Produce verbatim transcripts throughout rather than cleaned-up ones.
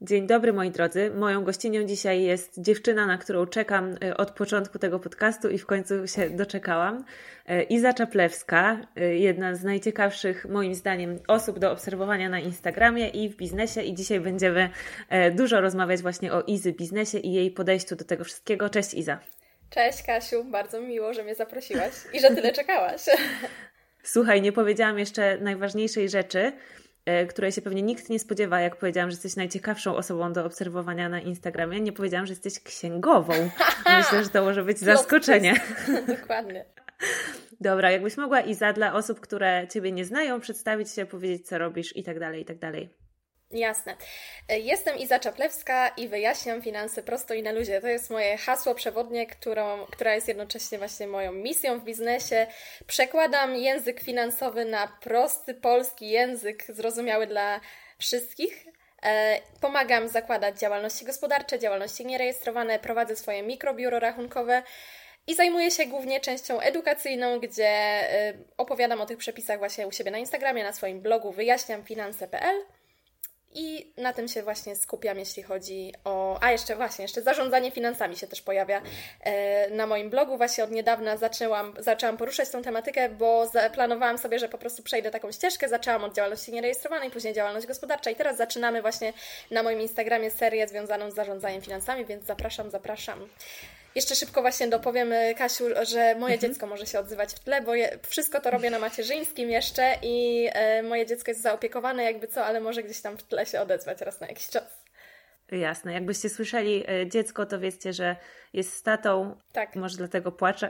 Dzień dobry moi drodzy. Moją gościnią dzisiaj jest dziewczyna, na którą czekam od początku tego podcastu i w końcu się doczekałam. Iza Czaplewska, jedna z najciekawszych moim zdaniem osób do obserwowania na Instagramie i w biznesie i dzisiaj będziemy dużo rozmawiać właśnie o Izy biznesie i jej podejściu do tego wszystkiego. Cześć Iza. Cześć Kasiu, bardzo mi miło, że mnie zaprosiłaś i że tyle czekałaś. Słuchaj, nie powiedziałam jeszcze najważniejszej rzeczy, której się pewnie nikt nie spodziewa, jak powiedziałam, że jesteś najciekawszą osobą do obserwowania na Instagramie. Nie powiedziałam, że jesteś księgową. Myślę, że to może być zaskoczenie. Dokładnie. Dobra, jakbyś mogła Iza dla osób, które Ciebie nie znają, przedstawić się, powiedzieć co robisz i tak dalej, i tak dalej. Jasne. Jestem Iza Czaplewska i wyjaśniam finanse prosto i na luzie. To jest moje hasło przewodnie, którą, która jest jednocześnie właśnie moją misją w biznesie. Przekładam język finansowy na prosty polski język, zrozumiały dla wszystkich. Pomagam zakładać działalności gospodarcze, działalności nierejestrowane, prowadzę swoje mikrobiuro rachunkowe i zajmuję się głównie częścią edukacyjną, gdzie opowiadam o tych przepisach właśnie u siebie na Instagramie, na swoim blogu wyjaśniam finanse kropka p l. I na tym się właśnie skupiam, jeśli chodzi o... A jeszcze właśnie, jeszcze zarządzanie finansami się też pojawia e, na moim blogu. Właśnie od niedawna zaczęłam, zaczęłam poruszać tą tematykę, bo zaplanowałam sobie, że po prostu przejdę taką ścieżkę. Zaczęłam od działalności nierejestrowanej, później działalność gospodarcza i teraz zaczynamy właśnie na moim Instagramie serię związaną z zarządzaniem finansami, więc zapraszam, zapraszam. Jeszcze szybko właśnie dopowiem, Kasiu, że moje mhm. dziecko może się odzywać w tle, bo je, wszystko to robię na macierzyńskim jeszcze i e, moje dziecko jest zaopiekowane jakby co, ale może gdzieś tam w tle się odezwać raz na jakiś czas. Jasne. Jakbyście słyszeli e, dziecko, to wiedzcie, że jest z tatą. Tak. Może dlatego płacze.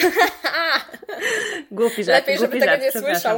Głupi żart. Lepiej, głupi żeby żart, tego nie słyszał.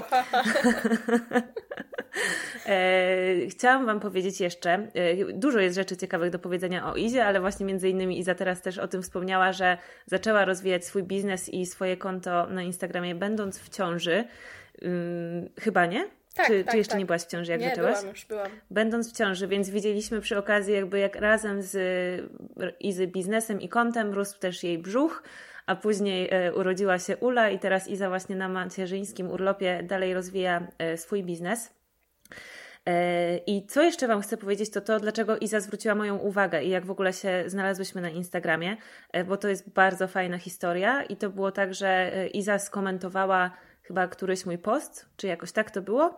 E, chciałam Wam powiedzieć jeszcze, e, dużo jest rzeczy ciekawych do powiedzenia o Izie, ale właśnie między innymi Iza teraz też o tym wspomniała, że zaczęła rozwijać swój biznes i swoje konto na Instagramie będąc w ciąży. Ym, chyba nie? Tak, czy, tak, czy jeszcze tak. nie byłaś w ciąży, jak nie, zaczęłaś? Nie, byłam już, byłam. Będąc w ciąży, więc widzieliśmy przy okazji jakby jak razem z Izy biznesem i kontem rósł też jej brzuch, a później e, urodziła się Ula i teraz Iza właśnie na macierzyńskim urlopie dalej rozwija e, swój biznes. I co jeszcze Wam chcę powiedzieć, to to, dlaczego Iza zwróciła moją uwagę i jak w ogóle się znalazłyśmy na Instagramie, bo to jest bardzo fajna historia i to było tak, że Iza skomentowała chyba któryś mój post, czy jakoś tak to było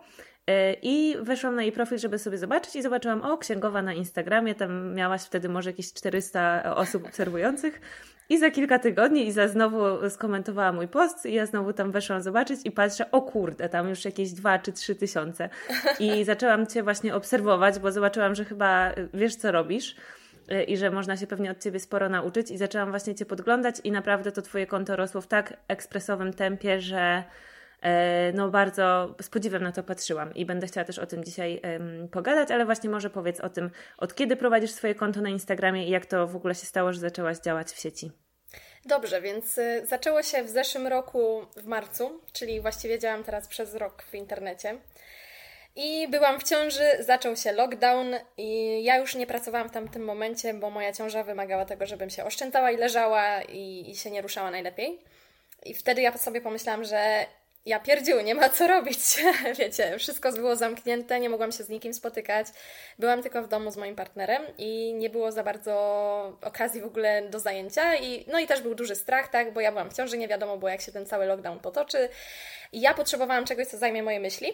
i weszłam na jej profil, żeby sobie zobaczyć i zobaczyłam, o, księgowa na Instagramie, tam miałaś wtedy może jakieś czterysta osób obserwujących. I za kilka tygodni Iza znowu skomentowała mój post i ja znowu tam weszłam zobaczyć i patrzę, o kurde, tam już jakieś dwa czy trzy tysiące. I zaczęłam Cię właśnie obserwować, bo zobaczyłam, że chyba wiesz, co robisz i że można się pewnie od Ciebie sporo nauczyć i zaczęłam właśnie Cię podglądać i naprawdę to Twoje konto rosło w tak ekspresowym tempie, że no bardzo z podziwem na to patrzyłam i będę chciała też o tym dzisiaj um, pogadać, ale właśnie może powiedz o tym, od kiedy prowadzisz swoje konto na Instagramie i jak to w ogóle się stało, że zaczęłaś działać w sieci. Dobrze, więc y, zaczęło się w zeszłym roku w marcu, czyli właściwie działam teraz przez rok w internecie. I byłam w ciąży, zaczął się lockdown i ja już nie pracowałam w tamtym momencie, bo moja ciąża wymagała tego, żebym się oszczędzała i leżała i, i się nie ruszała najlepiej. I wtedy ja sobie pomyślałam, że ja pierdziu, nie ma co robić, wiecie, wszystko było zamknięte, nie mogłam się z nikim spotykać, byłam tylko w domu z moim partnerem i nie było za bardzo okazji w ogóle do zajęcia i no i też był duży strach, tak, bo ja byłam w ciąży, nie wiadomo było jak się ten cały lockdown potoczy i ja potrzebowałam czegoś, co zajmie moje myśli,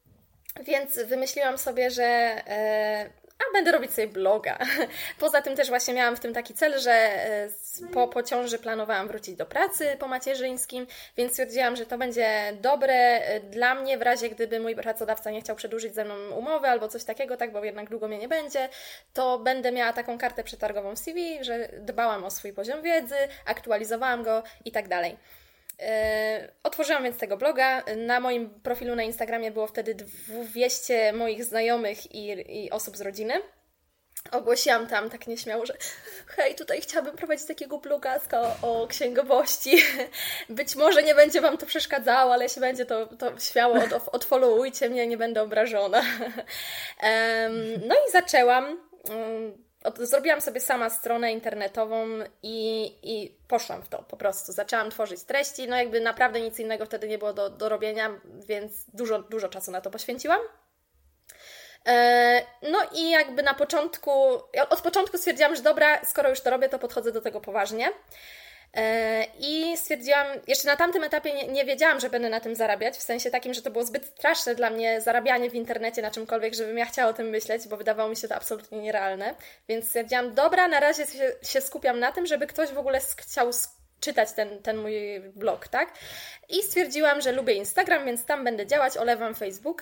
więc wymyśliłam sobie, że e, a będę robić sobie bloga. Poza tym też właśnie miałam w tym taki cel, że po, po ciąży planowałam wrócić do pracy po macierzyńskim, więc stwierdziłam, że to będzie dobre dla mnie w razie, gdyby mój pracodawca nie chciał przedłużyć ze mną umowy albo coś takiego, tak, bo jednak długo mnie nie będzie, to będę miała taką kartę przetargową w C V, że dbałam o swój poziom wiedzy, aktualizowałam go i tak dalej. Otworzyłam więc tego bloga. Na moim profilu na Instagramie było wtedy dwieście moich znajomych i, i osób z rodziny. Ogłosiłam tam tak nieśmiało, że hej, tutaj chciałabym prowadzić takiego blogaska o, o księgowości. Być może nie będzie Wam to przeszkadzało, ale jeśli będzie, to, to śmiało od, odfollowujcie mnie, nie będę obrażona. No i zaczęłam. Zrobiłam sobie sama stronę internetową i, i poszłam w to po prostu. Zaczęłam tworzyć treści, no jakby naprawdę nic innego wtedy nie było do, do robienia, więc dużo, dużo czasu na to poświęciłam. No i jakby na początku, od początku stwierdziłam, że dobra, skoro już to robię, to podchodzę do tego poważnie. I stwierdziłam, jeszcze na tamtym etapie nie, nie wiedziałam, że będę na tym zarabiać, w sensie takim, że to było zbyt straszne dla mnie zarabianie w internecie na czymkolwiek, żebym ja chciała o tym myśleć, bo wydawało mi się to absolutnie nierealne. Więc stwierdziłam, dobra, na razie się, się skupiam na tym, żeby ktoś w ogóle chciał czytać ten, ten mój blog, tak? I stwierdziłam, że lubię Instagram, więc tam będę działać, olewam Facebooka.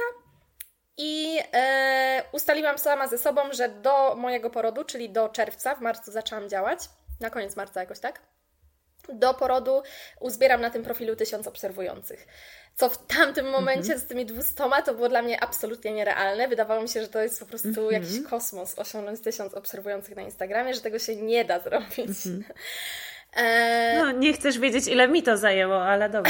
I e, ustaliłam sama ze sobą, że do mojego porodu, czyli do czerwca, w marcu zaczęłam działać, na koniec marca jakoś tak, do porodu uzbieram na tym profilu tysiąc obserwujących. Co w tamtym momencie mm-hmm. z tymi dwustoma to było dla mnie absolutnie nierealne. Wydawało mi się, że to jest po prostu mm-hmm. jakiś kosmos osiągnąć tysiąc obserwujących na Instagramie, że tego się nie da zrobić. Mm-hmm. E... No, nie chcesz wiedzieć, ile mi to zajęło, ale dobra.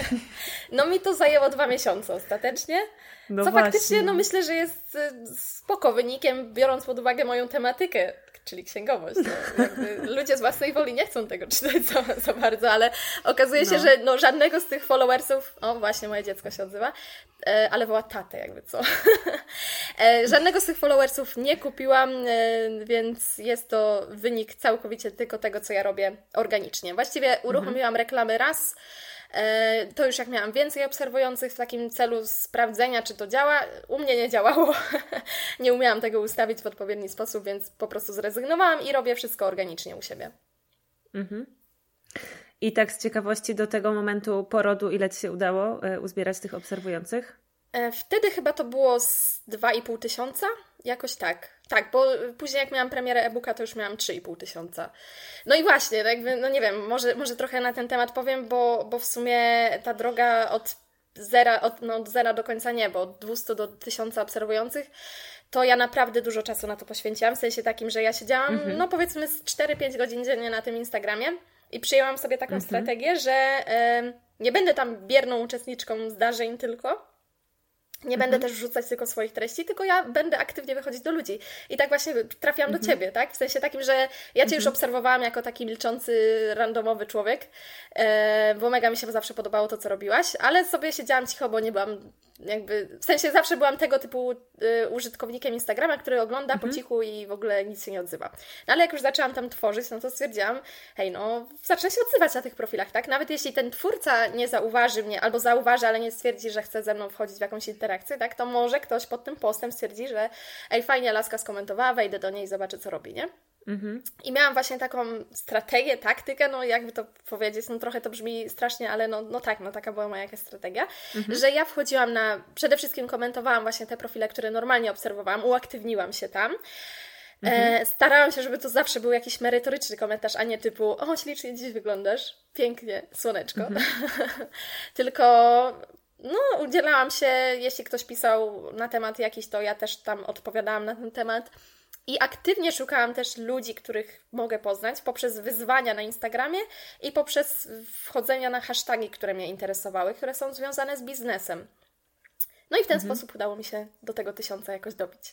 No mi to zajęło dwa miesiące ostatecznie. No co właśnie. Faktycznie, no myślę, że jest spoko wynikiem, biorąc pod uwagę moją tematykę, czyli księgowość. No, jakby ludzie z własnej woli nie chcą tego czytać za, za bardzo, ale okazuje się, no. że no, żadnego z tych followersów, o właśnie moje dziecko się odzywa, e, ale woła tatę jakby co. e, żadnego z tych followersów nie kupiłam, e, więc jest to wynik całkowicie tylko tego, co ja robię organicznie. Właściwie uruchomiłam mhm. reklamy raz, to już jak miałam więcej obserwujących w takim celu sprawdzenia, czy to działa, u mnie nie działało. Nie umiałam tego ustawić w odpowiedni sposób, więc po prostu zrezygnowałam i robię wszystko organicznie u siebie. Mhm. I tak z ciekawości do tego momentu porodu, ile Ci się udało uzbierać tych obserwujących? Wtedy chyba to było z dwa i pół tysiąca, jakoś tak. Tak, bo później jak miałam premierę e-booka, to już miałam trzy i pół tysiąca. No i właśnie, jakby, no nie wiem, może, może trochę na ten temat powiem, bo, bo w sumie ta droga od zera, od, no od zera do końca nie, bo od dwieście do tysiąca obserwujących, to ja naprawdę dużo czasu na to poświęciłam, w sensie takim, że ja siedziałam, mhm. no powiedzmy z cztery pięć godzin dziennie na tym Instagramie i przyjęłam sobie taką mhm. strategię, że y, nie będę tam bierną uczestniczką zdarzeń tylko, nie będę mhm. też wrzucać tylko swoich treści, tylko ja będę aktywnie wychodzić do ludzi. I tak właśnie trafiłam mhm. do Ciebie, tak? W sensie takim, że ja Cię mhm. już obserwowałam jako taki milczący, randomowy człowiek, e, bo mega mi się zawsze podobało to, co robiłaś, ale sobie siedziałam cicho, bo nie byłam jakby, w sensie zawsze byłam tego typu y, użytkownikiem Instagrama, który ogląda mhm. po cichu i w ogóle nic się nie odzywa. No ale jak już zaczęłam tam tworzyć, no to stwierdziłam, hej, no zacznę się odzywać na tych profilach, tak? Nawet jeśli ten twórca nie zauważy mnie, albo zauważy, ale nie stwierdzi, że chce ze mną wchodzić w jakąś interakcję, tak? To może ktoś pod tym postem stwierdzi, że ej, fajnie laska skomentowała, wejdę do niej i zobaczę, co robi, nie? Mhm. I miałam właśnie taką strategię, taktykę, no jakby to powiedzieć, no trochę to brzmi strasznie, ale no, no tak, no taka była moja jakaś strategia, mhm. że ja wchodziłam na, przede wszystkim komentowałam właśnie te profile, które normalnie obserwowałam, uaktywniłam się tam. Mhm. E, starałam się, żeby to zawsze był jakiś merytoryczny komentarz, a nie typu, o ślicznie dziś wyglądasz, pięknie, słoneczko. Mhm. Tylko no udzielałam się, jeśli ktoś pisał na temat jakiś, to ja też tam odpowiadałam na ten temat. I aktywnie szukałam też ludzi, których mogę poznać poprzez wyzwania na Instagramie i poprzez wchodzenia na hasztagi, które mnie interesowały, które są związane z biznesem. No i w ten mhm. sposób udało mi się do tego tysiąca jakoś dobić.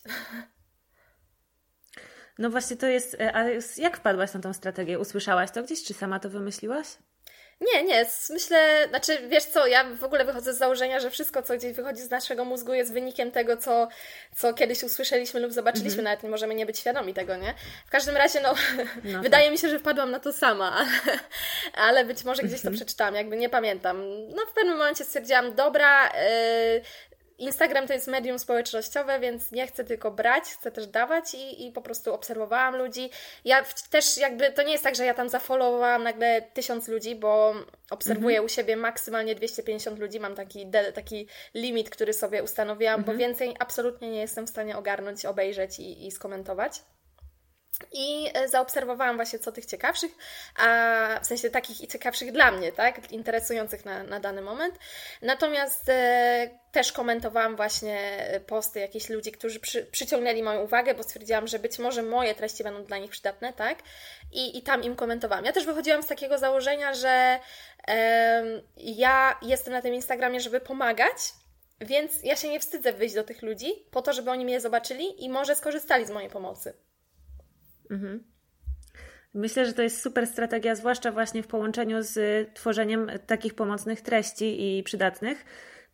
No właśnie to jest, a jak wpadłaś na tą strategię? Usłyszałaś to gdzieś, czy sama to wymyśliłaś? Nie, nie, myślę, znaczy wiesz co, ja w ogóle wychodzę z założenia, że wszystko, co gdzieś wychodzi z naszego mózgu jest wynikiem tego, co, co kiedyś usłyszeliśmy lub zobaczyliśmy, mm-hmm. nawet nie możemy nie być świadomi tego, nie? W każdym razie, no, no wydaje tak. mi się, że wpadłam na to sama, ale, ale być może gdzieś to mm-hmm. przeczytałam, jakby nie pamiętam. No w pewnym momencie stwierdziłam, dobra, yy, Instagram to jest medium społecznościowe, więc nie chcę tylko brać, chcę też dawać i, i po prostu obserwowałam ludzi. Ja też jakby, to nie jest tak, że ja tam zafollowowałam nagle tysiąc ludzi, bo obserwuję mm-hmm. u siebie maksymalnie dwieście pięćdziesiąt ludzi, mam taki, de, taki limit, który sobie ustanowiłam, mm-hmm. bo więcej absolutnie nie jestem w stanie ogarnąć, obejrzeć i, i skomentować. I zaobserwowałam właśnie co tych ciekawszych, a w sensie takich i ciekawszych dla mnie, tak, interesujących na, na dany moment. Natomiast e, też komentowałam właśnie posty jakichś ludzi, którzy przy, przyciągnęli moją uwagę, bo stwierdziłam, że być może moje treści będą dla nich przydatne, tak, i, i tam im komentowałam. Ja też wychodziłam z takiego założenia, że e, ja jestem na tym Instagramie, żeby pomagać, więc ja się nie wstydzę wyjść do tych ludzi po to, żeby oni mnie zobaczyli i może skorzystali z mojej pomocy. Mhm. Myślę, że to jest super strategia, zwłaszcza właśnie w połączeniu z tworzeniem takich pomocnych treści i przydatnych,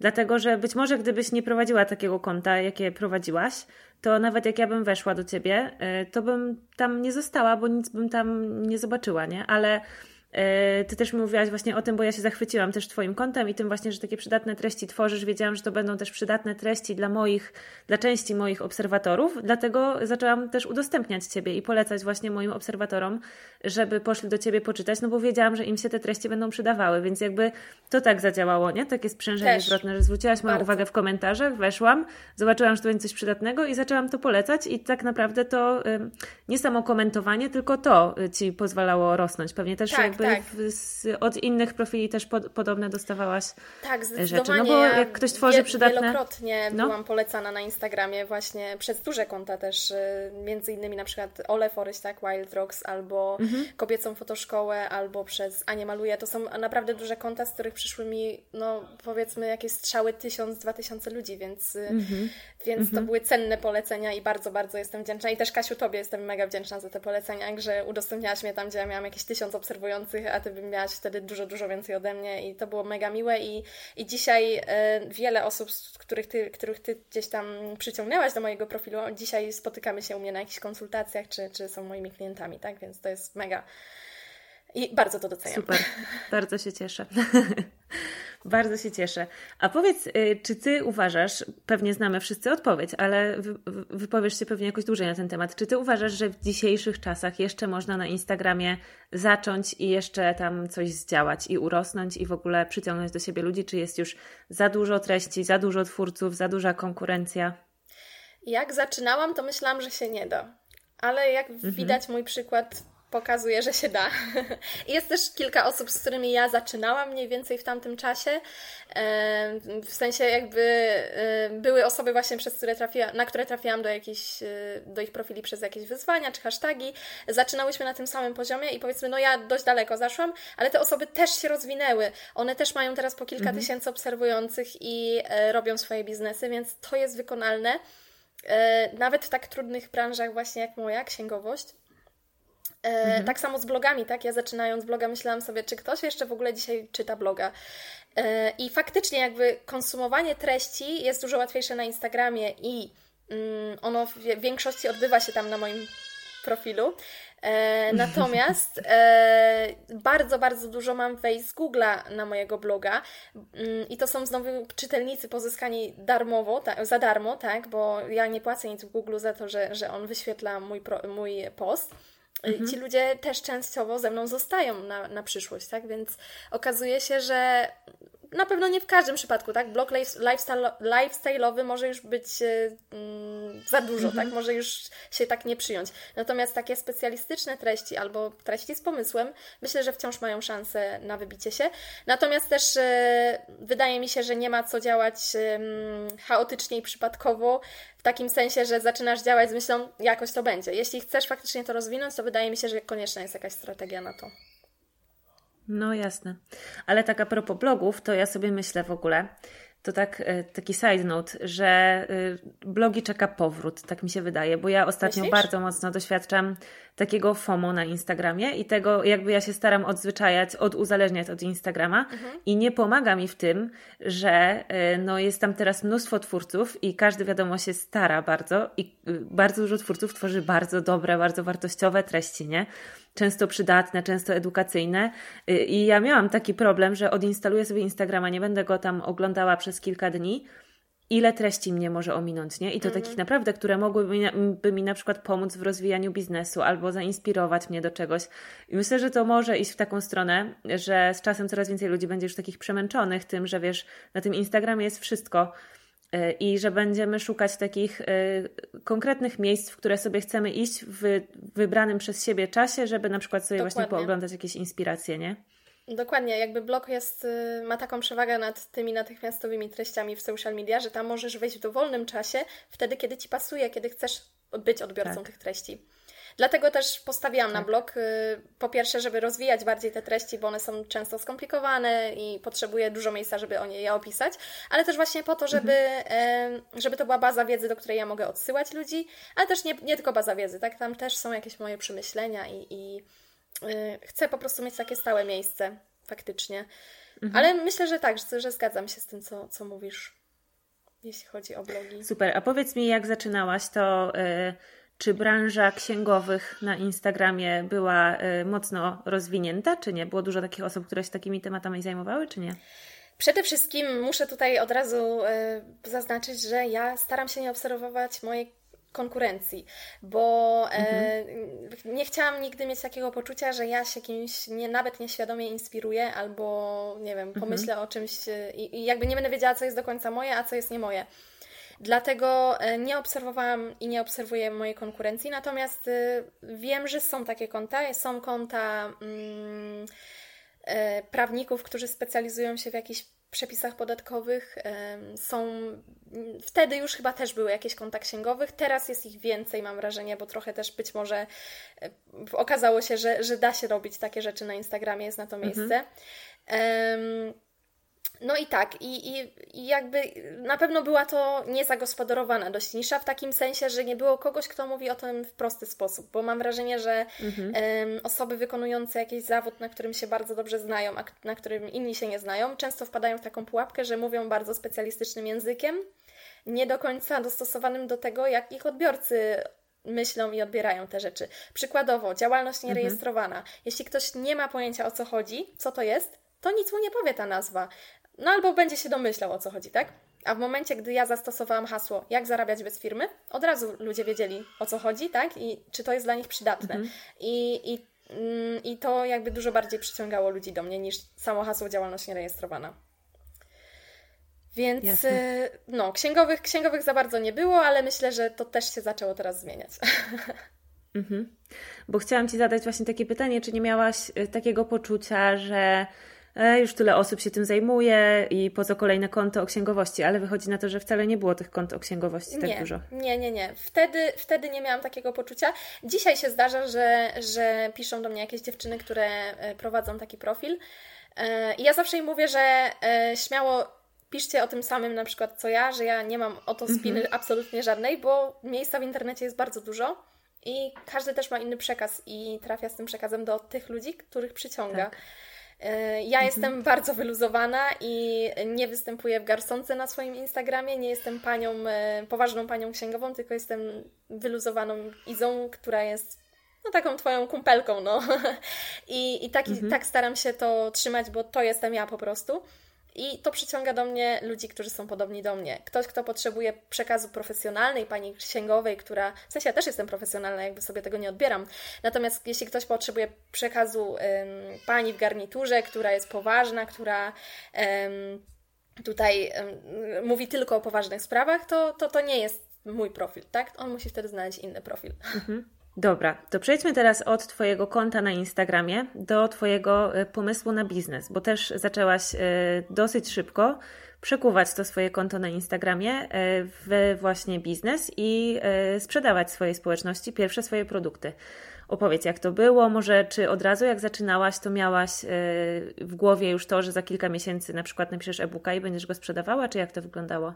dlatego że być może gdybyś nie prowadziła takiego konta, jakie prowadziłaś, to nawet jak ja bym weszła do ciebie, to bym tam nie została, bo nic bym tam nie zobaczyła, nie? Ale ty też mi mówiłaś właśnie o tym, bo ja się zachwyciłam też twoim kontem i tym właśnie, że takie przydatne treści tworzysz. Wiedziałam, że to będą też przydatne treści dla moich, dla części moich obserwatorów, dlatego zaczęłam też udostępniać ciebie i polecać właśnie moim obserwatorom, żeby poszli do ciebie poczytać, no bo wiedziałam, że im się te treści będą przydawały, więc jakby to tak zadziałało, nie? Takie sprzężenie też. zwrotne, że zwróciłaś moją Bardzo. uwagę w komentarzach, weszłam, zobaczyłam, że to będzie coś przydatnego i zaczęłam to polecać i tak naprawdę to y, nie samo komentowanie, tylko to y, ci pozwalało rosnąć. Pewnie też tak, jakby tak. W, z, od innych profili też pod, podobne dostawałaś tak, rzeczy. No bo jak ktoś tworzy wie, przydatne... Wielokrotnie no. byłam polecana na Instagramie właśnie przez duże konta też, między innymi na przykład Ole Foryś, tak, Wild Rocks, albo mhm. Kobiecą Fotoszkołę, albo przez Anię Maluje. To są naprawdę duże konta, z których przyszły mi, no powiedzmy, jakieś strzały tysiąc, dwa tysiące ludzi, więc, mhm. więc mhm. to były cenne polecenia i bardzo, bardzo jestem wdzięczna. I też Kasiu, Tobie jestem mega wdzięczna za te polecenia, że udostępniałaś mnie tam, gdzie ja miałam jakieś tysiąc obserwujących, a Ty bym miałaś wtedy dużo, dużo więcej ode mnie i to było mega miłe i, i dzisiaj e, wiele osób, z których ty, których ty gdzieś tam przyciągnęłaś do mojego profilu, dzisiaj spotykamy się u mnie na jakichś konsultacjach, czy, czy są moimi klientami, tak? Więc to jest mega i bardzo to doceniam. Super, bardzo się cieszę. Bardzo się cieszę. A powiedz, czy Ty uważasz, pewnie znamy wszyscy odpowiedź, ale wypowiesz się pewnie jakoś dłużej na ten temat, czy Ty uważasz, że w dzisiejszych czasach jeszcze można na Instagramie zacząć i jeszcze tam coś zdziałać i urosnąć i w ogóle przyciągnąć do siebie ludzi, czy jest już za dużo treści, za dużo twórców, za duża konkurencja? Jak zaczynałam, to myślałam, że się nie da, ale jak mhm. widać mój przykład pokazuje, że się da. Jest też kilka osób, z którymi ja zaczynałam mniej więcej w tamtym czasie. W sensie jakby były osoby właśnie, przez które trafiła, na które trafiłam do, jakichś, do ich profili przez jakieś wyzwania czy hasztagi. Zaczynałyśmy na tym samym poziomie i powiedzmy, no ja dość daleko zaszłam, ale te osoby też się rozwinęły. One też mają teraz po kilka mhm. tysięcy obserwujących i robią swoje biznesy, więc to jest wykonalne. Nawet w tak trudnych branżach właśnie jak moja, księgowość. Mhm. Tak samo z blogami, tak? Ja zaczynając bloga myślałam sobie, czy ktoś jeszcze w ogóle dzisiaj czyta bloga. I faktycznie jakby konsumowanie treści jest dużo łatwiejsze na Instagramie i ono w większości odbywa się tam na moim profilu. Natomiast bardzo, bardzo dużo mam wejść z Google'a na mojego bloga i to są znowu czytelnicy pozyskani darmowo, tak, za darmo, tak? Bo ja nie płacę nic w Google za to, że, że on wyświetla mój, pro, mój post. Mhm. Ci ludzie też częściowo ze mną zostają na, na przyszłość, tak? Więc okazuje się, że na pewno nie w każdym przypadku, tak? Blog lifestyle, lifestyle'owy może już być mm, za dużo, mhm. tak? Może już się tak nie przyjąć. Natomiast takie specjalistyczne treści albo treści z pomysłem, myślę, że wciąż mają szansę na wybicie się. Natomiast też e, wydaje mi się, że nie ma co działać e, chaotycznie i przypadkowo, w takim sensie, że zaczynasz działać z myślą, jakoś to będzie. Jeśli chcesz faktycznie to rozwinąć, to wydaje mi się, że konieczna jest jakaś strategia na to. No jasne. Ale tak a propos blogów, to ja sobie myślę w ogóle, to tak taki side note, że blogi czeka powrót, tak mi się wydaje, bo ja ostatnio Myślisz? bardzo mocno doświadczam takiego FOMO na Instagramie i tego jakby ja się staram odzwyczajać, oduzależniać od Instagrama mhm. i nie pomaga mi w tym, że no, jest tam teraz mnóstwo twórców i każdy wiadomo się stara bardzo i bardzo dużo twórców tworzy bardzo dobre, bardzo wartościowe treści, nie? Często przydatne, często edukacyjne i ja miałam taki problem, że odinstaluję sobie Instagrama, nie będę go tam oglądała przez kilka dni, ile treści mnie może ominąć, nie? I to mm. takich naprawdę, które mogłyby mi, by mi na przykład pomóc w rozwijaniu biznesu albo zainspirować mnie do czegoś. I myślę, że to może iść w taką stronę, że z czasem coraz więcej ludzi będzie już takich przemęczonych tym, że wiesz, na tym Instagramie jest wszystko i że będziemy szukać takich y, konkretnych miejsc, w które sobie chcemy iść w wybranym przez siebie czasie, żeby na przykład sobie Dokładnie. właśnie pooglądać jakieś inspiracje, nie? Dokładnie, jakby blog jest, ma taką przewagę nad tymi natychmiastowymi treściami w social media, że tam możesz wejść w dowolnym czasie, wtedy kiedy Ci pasuje, kiedy chcesz być odbiorcą tak. tych treści. Dlatego też postawiłam tak. na blog, po pierwsze, żeby rozwijać bardziej te treści, bo one są często skomplikowane i potrzebuję dużo miejsca, żeby o nie je opisać, ale też właśnie po to, żeby, mhm. żeby to była baza wiedzy, do której ja mogę odsyłać ludzi, ale też nie, nie tylko baza wiedzy, tak? Tam też są jakieś moje przemyślenia i, i yy, chcę po prostu mieć takie stałe miejsce, faktycznie. Mhm. Ale myślę, że tak, że, że zgadzam się z tym, co, co mówisz, jeśli chodzi o blogi. Super, a powiedz mi, jak zaczynałaś, to y, czy branża księgowych na Instagramie była y, mocno rozwinięta, czy nie? Było dużo takich osób, które się takimi tematami zajmowały, czy nie? Przede wszystkim muszę tutaj od razu y, zaznaczyć, że ja staram się nie obserwować mojej konkurencji, bo mhm. e, nie chciałam nigdy mieć takiego poczucia, że ja się kimś nie, nawet nieświadomie inspiruję albo, nie wiem, pomyślę mhm. o czymś i, i jakby nie będę wiedziała, co jest do końca moje, a co jest nie moje. Dlatego nie obserwowałam i nie obserwuję mojej konkurencji, natomiast y, wiem, że są takie konta, są konta mm, e, prawników, którzy specjalizują się w jakichś przepisach podatkowych. Są, wtedy już chyba też były jakieś konta księgowych, teraz jest ich więcej, mam wrażenie, bo trochę też być może okazało się, że, że da się robić takie rzeczy na Instagramie, jest na to miejsce. Mhm. No i tak, i, i, i jakby na pewno była to niezagospodarowana dość nisza, w takim sensie, że nie było kogoś, kto mówi o tym w prosty sposób, bo mam wrażenie, że mhm. um, osoby wykonujące jakiś zawód, na którym się bardzo dobrze znają, a na którym inni się nie znają, często wpadają w taką pułapkę, że mówią bardzo specjalistycznym językiem, nie do końca dostosowanym do tego, jak ich odbiorcy myślą i odbierają te rzeczy. Przykładowo, działalność nierejestrowana. Mhm. Jeśli ktoś nie ma pojęcia, o co chodzi, co to jest, to nic mu nie powie ta nazwa. No albo będzie się domyślał, o co chodzi, tak? A w momencie, gdy ja zastosowałam hasło jak zarabiać bez firmy, od razu ludzie wiedzieli, o co chodzi, tak? I czy to jest dla nich przydatne. Mhm. I, i, mm, I to jakby dużo bardziej przyciągało ludzi do mnie niż samo hasło działalność nierejestrowana. Więc Jasne. no, księgowych, księgowych za bardzo nie było, ale myślę, że to też się zaczęło teraz zmieniać. Mhm. Bo chciałam Ci zadać właśnie takie pytanie, czy nie miałaś takiego poczucia, że już tyle osób się tym zajmuje i po co kolejne konto o księgowości, ale wychodzi na to, że wcale nie było tych kont o księgowości tak nie, dużo. Nie, nie, nie. Wtedy, wtedy nie miałam takiego poczucia. Dzisiaj się zdarza, że, że piszą do mnie jakieś dziewczyny, które prowadzą taki profil i ja zawsze im mówię, że śmiało piszcie o tym samym na przykład co ja, że ja nie mam o to spiny mhm. absolutnie żadnej, bo miejsca w internecie jest bardzo dużo i każdy też ma inny przekaz i trafia z tym przekazem do tych ludzi, których przyciąga. Tak. Ja mhm. jestem bardzo wyluzowana i nie występuję w garsonce na swoim Instagramie, nie jestem panią, poważną panią księgową, tylko jestem wyluzowaną Izą, która jest no taką twoją kumpelką, no. I, i tak, mhm. tak staram się to trzymać, bo to jestem ja po prostu. I to przyciąga do mnie ludzi, którzy są podobni do mnie. Ktoś, kto potrzebuje przekazu profesjonalnej, pani księgowej, która... W sensie ja też jestem profesjonalna, jakby sobie tego nie odbieram. Natomiast jeśli ktoś potrzebuje przekazu um, pani w garniturze, która jest poważna, która um, tutaj um, mówi tylko o poważnych sprawach, to, to to nie jest mój profil, tak? On musi wtedy znaleźć inny profil. Mhm. Dobra, to przejdźmy teraz od Twojego konta na Instagramie do Twojego pomysłu na biznes, bo też zaczęłaś dosyć szybko przekuwać to swoje konto na Instagramie w właśnie biznes i sprzedawać swojej społeczności pierwsze swoje produkty. Opowiedz, jak to było, może czy od razu jak zaczynałaś, to miałaś w głowie już to, że za kilka miesięcy na przykład napiszesz e-booka i będziesz go sprzedawała, czy jak to wyglądało?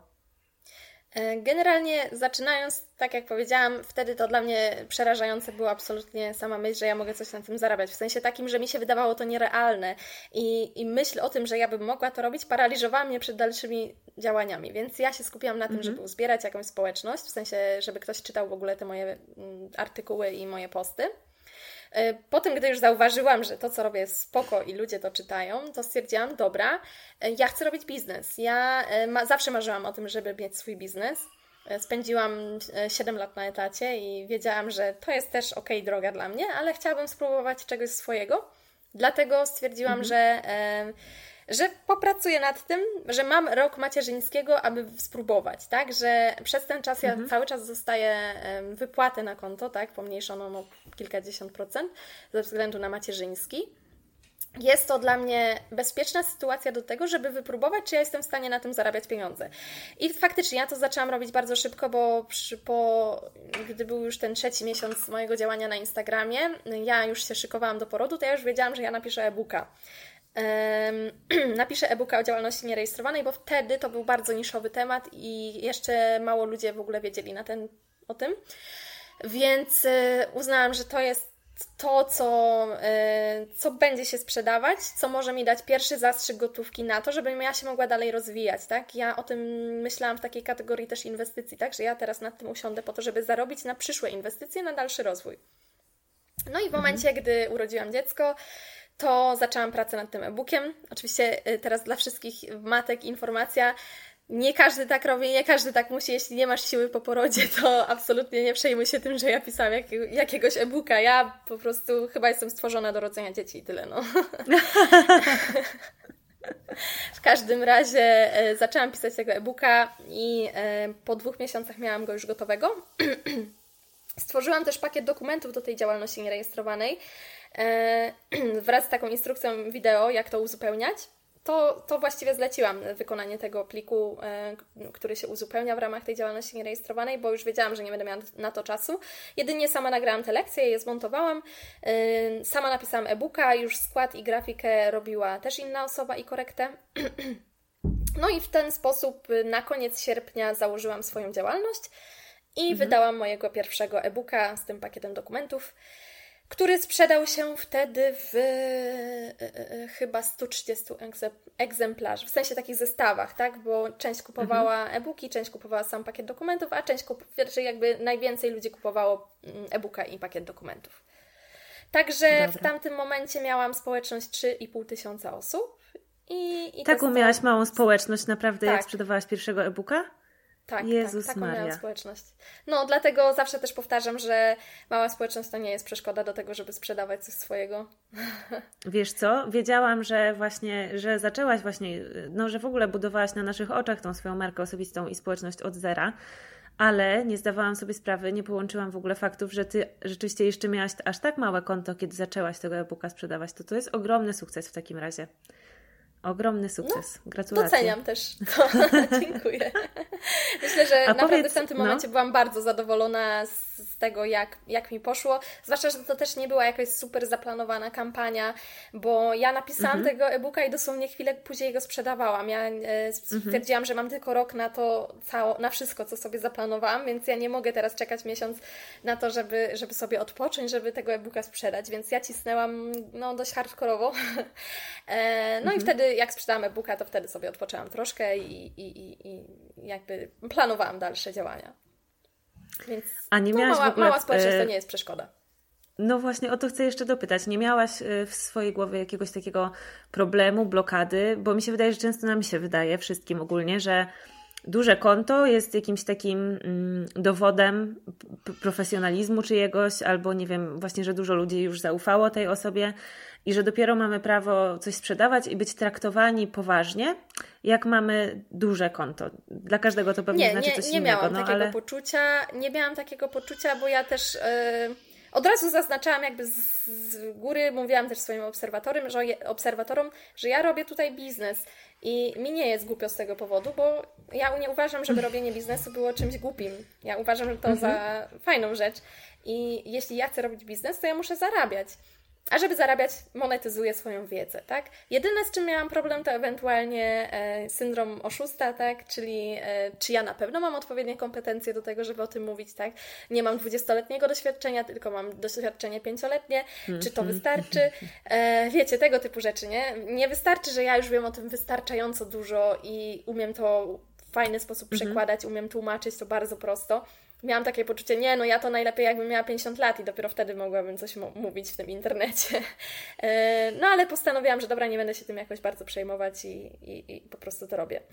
Generalnie zaczynając, tak jak powiedziałam, wtedy to dla mnie przerażające było absolutnie sama myśl, że ja mogę coś na tym zarabiać. W sensie takim, że mi się wydawało to nierealne i, i myśl o tym, że ja bym mogła to robić, paraliżowała mnie przed dalszymi działaniami. Więc ja się skupiłam na tym, mhm. żeby uzbierać jakąś społeczność, w sensie, żeby ktoś czytał w ogóle te moje artykuły i moje posty. Po tym, gdy już zauważyłam, że to, co robię jest spoko i ludzie to czytają, to stwierdziłam, dobra, ja chcę robić biznes. Ja ma, zawsze marzyłam o tym, żeby mieć swój biznes. Spędziłam siedem lat na etacie i wiedziałam, że to jest też okej droga dla mnie, ale chciałabym spróbować czegoś swojego. Dlatego stwierdziłam, mhm. że... że popracuję nad tym, że mam rok macierzyńskiego, aby spróbować, tak, że przez ten czas mhm. ja cały czas dostaję wypłatę na konto, tak, pomniejszoną o kilkadziesiąt procent ze względu na macierzyński. Jest to dla mnie bezpieczna sytuacja do tego, żeby wypróbować, czy ja jestem w stanie na tym zarabiać pieniądze. I faktycznie ja to zaczęłam robić bardzo szybko, bo przy, po, gdy był już ten trzeci miesiąc mojego działania na Instagramie, ja już się szykowałam do porodu, to ja już wiedziałam, że ja napiszę e-booka. Napiszę e-booka o działalności nierejestrowanej, bo wtedy to był bardzo niszowy temat i jeszcze mało ludzie w ogóle wiedzieli na ten, o tym. Więc uznałam, że to jest to, co, co będzie się sprzedawać, co może mi dać pierwszy zastrzyk gotówki na to, żebym ja się mogła dalej rozwijać, tak? Ja o tym myślałam w takiej kategorii też inwestycji, tak? Że ja teraz nad tym usiądę po to, żeby zarobić na przyszłe inwestycje, na dalszy rozwój. No i w momencie, mhm. gdy urodziłam dziecko, to zaczęłam pracę nad tym e-bookiem. Oczywiście teraz dla wszystkich matek informacja, nie każdy tak robi, nie każdy tak musi. Jeśli nie masz siły po porodzie, to absolutnie nie przejmuj się tym, że ja pisałam jak, jakiegoś e-booka. Ja po prostu chyba jestem stworzona do rodzenia dzieci i tyle, no. W każdym razie e, zaczęłam pisać tego e-booka i e, po dwóch miesiącach miałam go już gotowego. Stworzyłam też pakiet dokumentów do tej działalności nierejestrowanej e, wraz z taką instrukcją wideo, jak to uzupełniać. To, to właściwie zleciłam wykonanie tego pliku, e, który się uzupełnia w ramach tej działalności nierejestrowanej, bo już wiedziałam, że nie będę miała na to czasu. Jedynie sama nagrałam te lekcje, je zmontowałam, e, sama napisałam e-booka, już skład i grafikę robiła też inna osoba i korektę. No i w ten sposób na koniec sierpnia założyłam swoją działalność i mhm. wydałam mojego pierwszego e-booka z tym pakietem dokumentów, który sprzedał się wtedy w e, e, chyba sto trzydzieści egzemplarzy, w sensie takich zestawach, tak? Bo część kupowała mhm. e-booki, część kupowała sam pakiet dokumentów, a część, kup- znaczy jakby najwięcej ludzi kupowało e-booka i pakiet dokumentów. Także Dobra. w tamtym momencie miałam społeczność trzy i pół tysiąca osób. I, i Taką miałaś małą społeczność naprawdę, tak. jak sprzedawałaś pierwszego e-booka? Tak, Jezus tak, taką Maria. miałam społeczność. No, dlatego zawsze też powtarzam, że mała społeczność to nie jest przeszkoda do tego, żeby sprzedawać coś swojego. Wiesz co? Wiedziałam, że właśnie, że zaczęłaś właśnie, no, że w ogóle budowałaś na naszych oczach tą swoją markę osobistą i społeczność od zera, ale nie zdawałam sobie sprawy, nie połączyłam w ogóle faktów, że ty rzeczywiście jeszcze miałaś aż tak małe konto, kiedy zaczęłaś tego e-booka sprzedawać. To to jest ogromny sukces w takim razie. Ogromny sukces. No, gratulacje. Doceniam też. To, dziękuję. Myślę, że A naprawdę powiedz, w tamtym momencie no. byłam bardzo zadowolona z, z tego, jak, jak mi poszło. Zwłaszcza, że to też nie była jakaś super zaplanowana kampania, bo ja napisałam mhm. tego e-booka i dosłownie chwilę później go sprzedawałam. Ja e, stwierdziłam, mhm. że mam tylko rok na to, cało, na wszystko, co sobie zaplanowałam, więc ja nie mogę teraz czekać miesiąc na to, żeby, żeby sobie odpocząć, żeby tego e-booka sprzedać, więc ja cisnęłam no, dość hardkorowo. e, no mhm. i wtedy jak sprzedałam e-booka, to wtedy sobie odpoczęłam troszkę i, i, i, i jakby planowałam dalsze działania. Więc A nie no, miałaś mała, w ogóle, mała społeczność to nie jest przeszkoda. No właśnie, o to chcę jeszcze dopytać. Nie miałaś w swojej głowie jakiegoś takiego problemu, blokady? Bo mi się wydaje, że często nam się wydaje, wszystkim ogólnie, że duże konto jest jakimś takim mm, dowodem p- profesjonalizmu czyjegoś, albo nie wiem, właśnie, że dużo ludzi już zaufało tej osobie i że dopiero mamy prawo coś sprzedawać i być traktowani poważnie, jak mamy duże konto. Dla każdego to pewnie nie, znaczy nie, coś nie innego. Miałam no, takiego ale... poczucia, nie miałam takiego poczucia, bo ja też... Yy... Od razu zaznaczałam jakby z, z góry, mówiłam też swoim obserwatorom że, obserwatorom, że ja robię tutaj biznes i mi nie jest głupio z tego powodu, bo ja nie uważam, żeby robienie biznesu było czymś głupim. Ja uważam, że to mhm. za fajną rzecz i jeśli ja chcę robić biznes, to ja muszę zarabiać. A żeby zarabiać, monetyzuję swoją wiedzę, tak? Jedyne, z czym miałam problem, to ewentualnie e, syndrom oszusta, tak? Czyli e, czy ja na pewno mam odpowiednie kompetencje do tego, żeby o tym mówić, tak? Nie mam dwudziestoletniego doświadczenia, tylko mam doświadczenie pięcioletnie. Mm-hmm. Czy to wystarczy? E, wiecie, tego typu rzeczy, nie? Nie wystarczy, że ja już wiem o tym wystarczająco dużo i umiem to w fajny sposób przekładać, mm-hmm. umiem tłumaczyć to bardzo prosto. Miałam takie poczucie, nie, no ja to najlepiej jakbym miała pięćdziesiąt lat i dopiero wtedy mogłabym coś m- mówić w tym internecie. No ale postanowiłam, że dobra, nie będę się tym jakoś bardzo przejmować i, i, i po prostu to robię.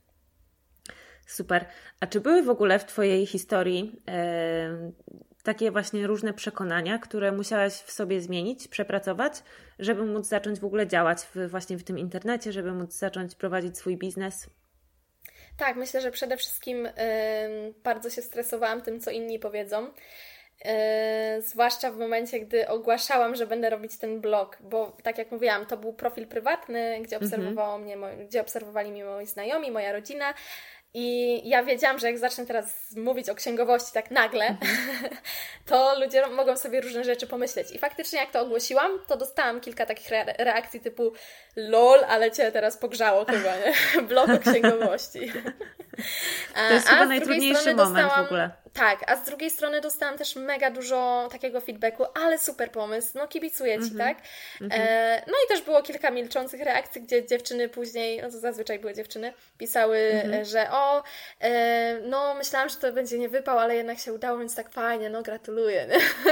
Super. A czy były w ogóle w Twojej historii e, takie właśnie różne przekonania, które musiałaś w sobie zmienić, przepracować, żeby móc zacząć w ogóle działać w, właśnie w tym internecie, żeby móc zacząć prowadzić swój biznes? Tak, myślę, że przede wszystkim y, bardzo się stresowałam tym, co inni powiedzą. Yy, zwłaszcza w momencie, gdy ogłaszałam, że będę robić ten blog, bo tak jak mówiłam, to był profil prywatny, gdzie, obserwowało mnie, gdzie obserwowali mnie moi znajomi, moja rodzina. I ja wiedziałam, że jak zacznę teraz mówić o księgowości tak nagle, mm-hmm. to ludzie mogą sobie różne rzeczy pomyśleć. I faktycznie jak to ogłosiłam, to dostałam kilka takich re- reakcji typu lol, ale Cię teraz pogrzało chyba, nie? Blog o księgowości. To jest a, chyba a najtrudniejszy moment dostałam, w ogóle. Tak, a z drugiej strony dostałam też mega dużo takiego feedbacku, ale super pomysł, no kibicuję Ci, mm-hmm. tak? Mm-hmm. E, no i też było kilka milczących reakcji, gdzie dziewczyny później, no to zazwyczaj były dziewczyny, pisały, mm-hmm. że o, e, no myślałam, że to będzie nie wypał, ale jednak się udało, więc tak fajnie, no gratuluję.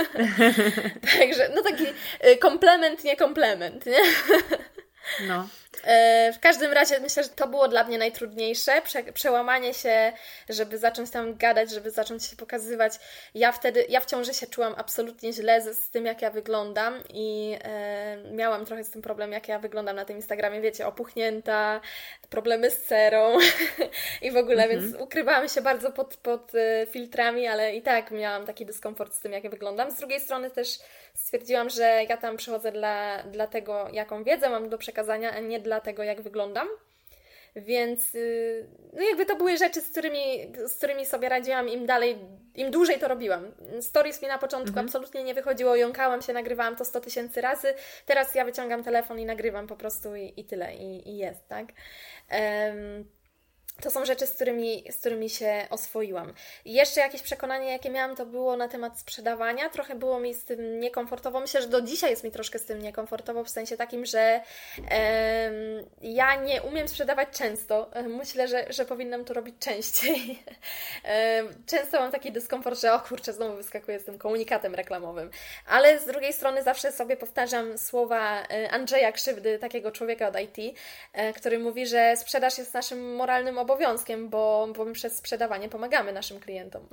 Także, no taki komplement, nie komplement, nie? No. W każdym razie myślę, że to było dla mnie najtrudniejsze, Prze- przełamanie się, żeby zacząć tam gadać, żeby zacząć się pokazywać. Ja wtedy, ja w ciąży się czułam absolutnie źle z, z tym, jak ja wyglądam i e, miałam trochę z tym problem, jak ja wyglądam na tym Instagramie, wiecie, opuchnięta, problemy z cerą i w ogóle, mhm. więc ukrywałam się bardzo pod, pod e, filtrami, ale i tak miałam taki dyskomfort z tym, jak ja wyglądam. Z drugiej strony też stwierdziłam, że ja tam przychodzę dla, dla tego, jaką wiedzę mam do przekazania, a nie dla tego, jak wyglądam. Więc no jakby to były rzeczy, z którymi, z którymi sobie radziłam, im dalej, im dłużej to robiłam. Stories mi na początku mhm. absolutnie nie wychodziło, jąkałam się, nagrywałam to sto tysięcy razy. Teraz ja wyciągam telefon i nagrywam po prostu i, i tyle. I, i jest, tak? Um, To są rzeczy, z którymi, z którymi się oswoiłam. I jeszcze jakieś przekonanie, jakie miałam, to było na temat sprzedawania. Trochę było mi z tym niekomfortowo. Myślę, że do dzisiaj jest mi troszkę z tym niekomfortowo, w sensie takim, że e, ja nie umiem sprzedawać często. Myślę, że, że powinnam to robić częściej. E, często mam taki dyskomfort, że o kurczę, znowu wyskakuję z tym komunikatem reklamowym. Ale z drugiej strony zawsze sobie powtarzam słowa Andrzeja Krzywdy, takiego człowieka od I T, e, który mówi, że sprzedaż jest naszym moralnym obowiązkiem. obowiązkiem, bo, bo my przez sprzedawanie pomagamy naszym klientom.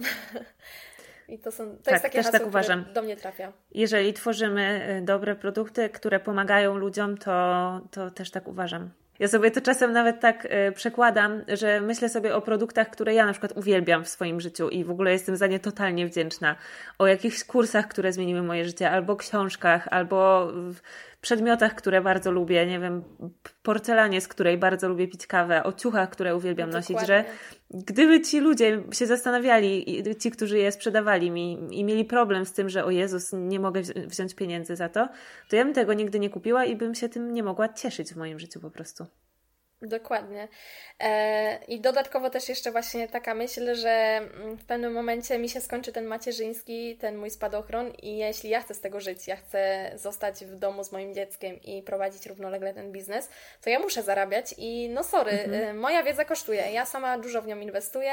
I to, są, to tak, jest takie hasło, tak uważam. Które do mnie trafia. Jeżeli tworzymy dobre produkty, które pomagają ludziom, to, to też tak uważam. Ja sobie to czasem nawet tak y, przekładam, że myślę sobie o produktach, które ja na przykład uwielbiam w swoim życiu i w ogóle jestem za nie totalnie wdzięczna. O jakichś kursach, które zmieniły moje życie, albo książkach, albo w przedmiotach, które bardzo lubię, nie wiem, porcelanie, z której bardzo lubię pić kawę, o ciuchach, które uwielbiam no, nosić, że gdyby ci ludzie się zastanawiali, ci, którzy je sprzedawali mi i mieli problem z tym, że o Jezus, nie mogę wziąć pieniędzy za to, to ja bym tego nigdy nie kupiła i bym się tym nie mogła cieszyć w moim życiu po prostu. Dokładnie. E, I dodatkowo też jeszcze właśnie taka myśl, że w pewnym momencie mi się skończy ten macierzyński, ten mój spadochron i jeśli ja chcę z tego żyć, ja chcę zostać w domu z moim dzieckiem i prowadzić równolegle ten biznes, to ja muszę zarabiać i no sorry, mhm. moja wiedza kosztuje. Ja sama dużo w nią inwestuję,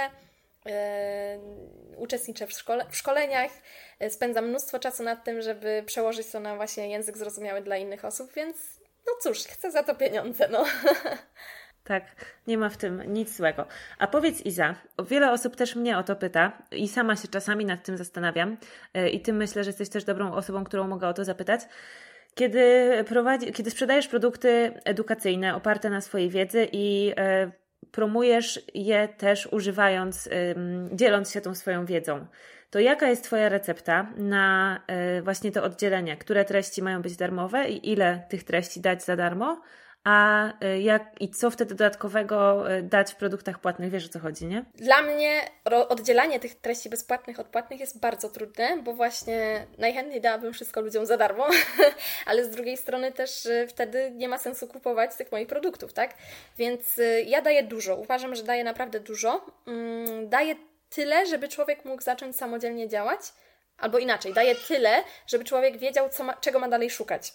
e, uczestniczę w, szkole, w szkoleniach, spędzam mnóstwo czasu nad tym, żeby przełożyć to na właśnie język zrozumiały dla innych osób, więc no cóż, chcę za to pieniądze, no. Tak, nie ma w tym nic złego. A powiedz Iza, wiele osób też mnie o to pyta i sama się czasami nad tym zastanawiam i Ty myślę, że jesteś też dobrą osobą, którą mogę o to zapytać. Kiedy, prowadzi, kiedy sprzedajesz produkty edukacyjne oparte na swojej wiedzy i e, promujesz je też używając, e, dzieląc się tą swoją wiedzą, to jaka jest Twoja recepta na y, właśnie to oddzielenie? Które treści mają być darmowe i ile tych treści dać za darmo? A y, jak i co wtedy dodatkowego y, dać w produktach płatnych? Wiesz, o co chodzi, nie? Dla mnie ro- oddzielanie tych treści bezpłatnych od płatnych jest bardzo trudne, bo właśnie najchętniej dałabym wszystko ludziom za darmo, ale z drugiej strony też y, wtedy nie ma sensu kupować tych moich produktów, tak? Więc y, ja daję dużo. Uważam, że daję naprawdę dużo. Mm, daję tyle, żeby człowiek mógł zacząć samodzielnie działać, albo inaczej, daje tyle, żeby człowiek wiedział, co ma, czego ma dalej szukać.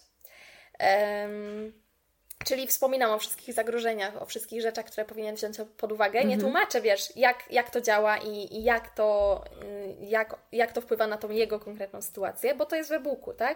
Um, czyli wspominam o wszystkich zagrożeniach, o wszystkich rzeczach, które powinien wziąć pod uwagę. Nie mhm. tłumaczę, wiesz, jak, jak to działa i, i jak, to, jak, jak to wpływa na tą jego konkretną sytuację, bo to jest w e-booku, tak?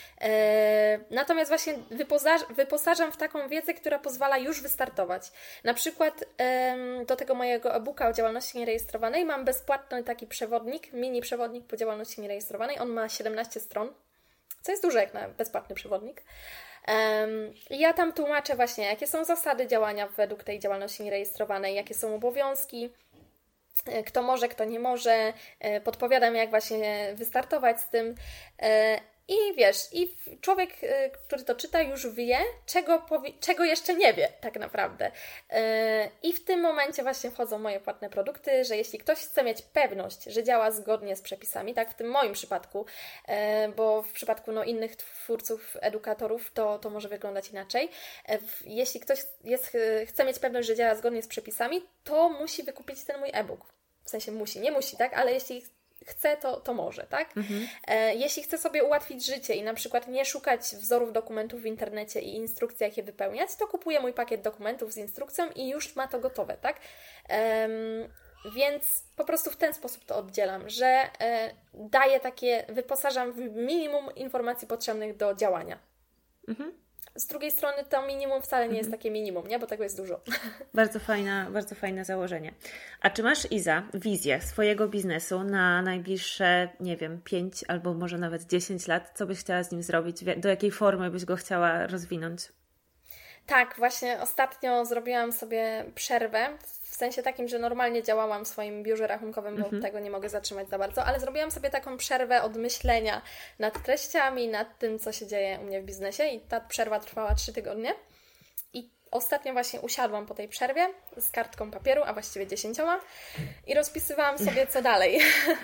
E, natomiast właśnie wyposaż, wyposażam w taką wiedzę, która pozwala już wystartować. Na przykład e, do tego mojego e-booka o działalności nierejestrowanej mam bezpłatny taki przewodnik, mini przewodnik po działalności nierejestrowanej. On ma siedemnaście stron, co jest dużo jak na bezpłatny przewodnik. Um, ja tam tłumaczę właśnie, jakie są zasady działania według tej działalności nierejestrowanej, jakie są obowiązki, kto może, kto nie może, podpowiadam, jak właśnie wystartować z tym. I wiesz, i człowiek, który to czyta, już wie, czego, powi- czego jeszcze nie wie tak naprawdę. I w tym momencie właśnie wchodzą moje płatne produkty, że jeśli ktoś chce mieć pewność, że działa zgodnie z przepisami, tak w tym moim przypadku, bo w przypadku no, innych twórców, edukatorów, to, to może wyglądać inaczej. Jeśli ktoś jest, chce mieć pewność, że działa zgodnie z przepisami, to musi wykupić ten mój e-book. W sensie musi, nie musi, tak? Ale jeśli chce, to, to może, tak? Mhm. E, jeśli chce sobie ułatwić życie i na przykład nie szukać wzorów dokumentów w internecie i instrukcji, jak je wypełniać, to kupuje mój pakiet dokumentów z instrukcją i już ma to gotowe, tak? Ehm, Więc po prostu w ten sposób to oddzielam, że e, daję takie, wyposażam w minimum informacji potrzebnych do działania. Mhm. Z drugiej strony to minimum wcale nie mhm. jest takie minimum, nie? Bo tego jest dużo. Bardzo fajna, bardzo fajne założenie. A czy masz, Iza, wizję swojego biznesu na najbliższe, nie wiem, pięć albo może nawet dziesięć lat? Co byś chciała z nim zrobić? Do jakiej formy byś go chciała rozwinąć? Tak, właśnie ostatnio zrobiłam sobie przerwę, w sensie takim, że normalnie działałam w swoim biurze rachunkowym, bo mhm. tego nie mogę zatrzymać za bardzo, ale zrobiłam sobie taką przerwę od myślenia nad treściami, nad tym, co się dzieje u mnie w biznesie i ta przerwa trwała trzy tygodnie. I ostatnio właśnie usiadłam po tej przerwie z kartką papieru, a właściwie dziesięcioma i rozpisywałam sobie, co dalej.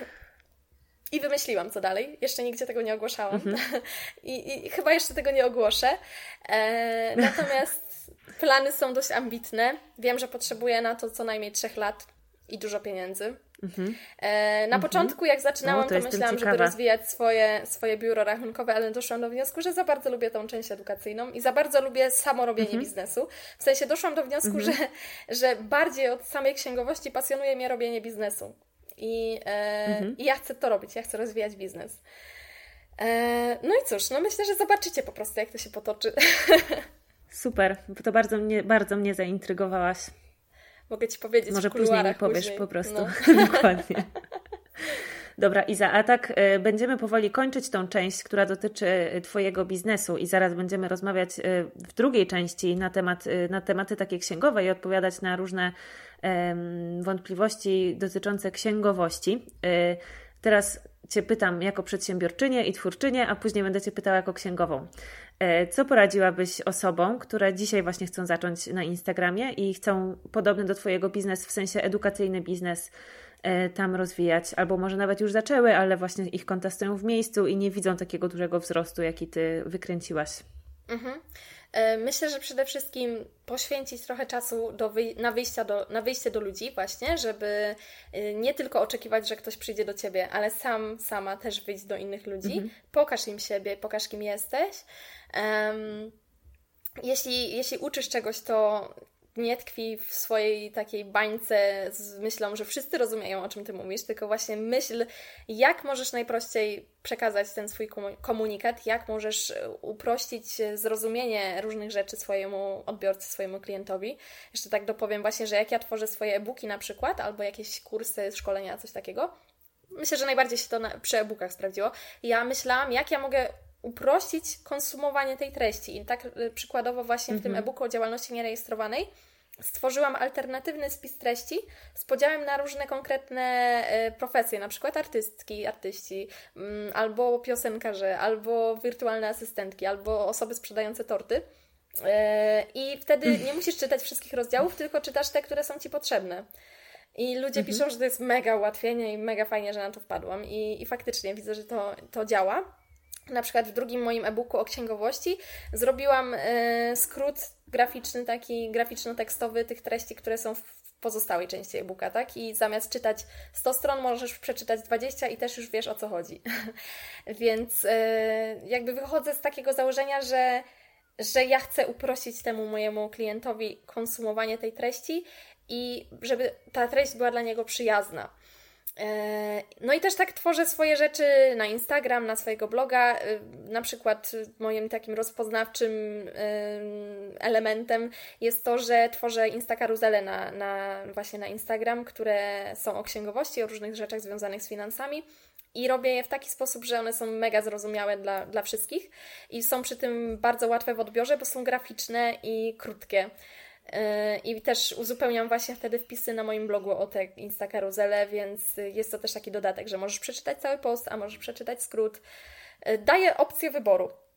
I wymyśliłam, co dalej. Jeszcze nigdzie tego nie ogłaszałam. Mhm. I, I chyba jeszcze tego nie ogłoszę. E, natomiast plany są dość ambitne. Wiem, że potrzebuję na to co najmniej trzech lat i dużo pieniędzy. Mhm. E, na mhm. początku, jak zaczynałam, no, to, to myślałam, żeby rozwijać swoje, swoje biuro rachunkowe, ale doszłam do wniosku, że za bardzo lubię tą część edukacyjną i za bardzo lubię samo robienie mhm. biznesu. W sensie doszłam do wniosku, mhm. że, że bardziej od samej księgowości pasjonuje mnie robienie biznesu. I, e, mhm. I ja chcę to robić, ja chcę rozwijać biznes. E, no i cóż, no myślę, że zobaczycie po prostu, jak to się potoczy. Super, bo to bardzo mnie, bardzo mnie zaintrygowałaś. Mogę Ci powiedzieć może w kuluarach później mi powiesz później. Po prostu. No. Dokładnie. Dobra, Iza, a tak y, będziemy powoli kończyć tą część, która dotyczy Twojego biznesu i zaraz będziemy rozmawiać y, w drugiej części na, temat, y, na tematy takie księgowe i odpowiadać na różne y, wątpliwości dotyczące księgowości. Y, teraz Cię pytam jako przedsiębiorczynię i twórczynię, a później będę Cię pytała jako księgową. Y, co poradziłabyś osobom, które dzisiaj właśnie chcą zacząć na Instagramie i chcą podobny do Twojego biznes, w sensie edukacyjny biznes, tam rozwijać, albo może nawet już zaczęły, ale właśnie ich konta stoją w miejscu i nie widzą takiego dużego wzrostu, jaki Ty wykręciłaś. Mhm. Myślę, że przede wszystkim poświęcić trochę czasu do wyj- na, wyjścia do, na wyjście do ludzi właśnie, żeby nie tylko oczekiwać, że ktoś przyjdzie do Ciebie, ale sam, sama też wyjść do innych ludzi. Mhm. Pokaż im siebie, pokaż kim jesteś. Um, jeśli, jeśli uczysz czegoś, to nie tkwi w swojej takiej bańce z myślą, że wszyscy rozumieją, o czym Ty mówisz, tylko właśnie myśl, jak możesz najprościej przekazać ten swój komunikat, jak możesz uprościć zrozumienie różnych rzeczy swojemu odbiorcy, swojemu klientowi. Jeszcze tak dopowiem właśnie, że jak ja tworzę swoje e-booki na przykład, albo jakieś kursy, szkolenia, coś takiego, myślę, że najbardziej się to na, przy e-bookach sprawdziło. Ja myślałam, jak ja mogę uprościć konsumowanie tej treści. I tak przykładowo właśnie w tym e-booku o działalności nierejestrowanej stworzyłam alternatywny spis treści z podziałem na różne konkretne profesje, na przykład artystki, artyści, albo piosenkarze, albo wirtualne asystentki, albo osoby sprzedające torty. I wtedy nie musisz czytać wszystkich rozdziałów, tylko czytasz te, które są Ci potrzebne. I ludzie mhm. piszą, że to jest mega ułatwienie i mega fajnie, że na to wpadłam. I, i faktycznie widzę, że to, to działa. Na przykład w drugim moim e-booku o księgowości zrobiłam y, skrót graficzny, taki graficzno-tekstowy tych treści, które są w pozostałej części e-booka, tak? I zamiast czytać sto stron, możesz przeczytać dwadzieścia i też już wiesz, o co chodzi. Więc y, jakby wychodzę z takiego założenia, że, że ja chcę uprościć temu mojemu klientowi konsumowanie tej treści i żeby ta treść była dla niego przyjazna. No i też tak tworzę swoje rzeczy na Instagram, na swojego bloga. Na przykład moim takim rozpoznawczym elementem jest to, że tworzę Instakaruzele na, na, właśnie na Instagram, które są o księgowości, o różnych rzeczach związanych z finansami. I robię je w taki sposób, że one są mega zrozumiałe dla, dla wszystkich i są przy tym bardzo łatwe w odbiorze, bo są graficzne i krótkie. I też uzupełniam właśnie wtedy wpisy na moim blogu o te Instakaruzele, więc jest to też taki dodatek, że możesz przeczytać cały post, a możesz przeczytać skrót. Daję opcję wyboru.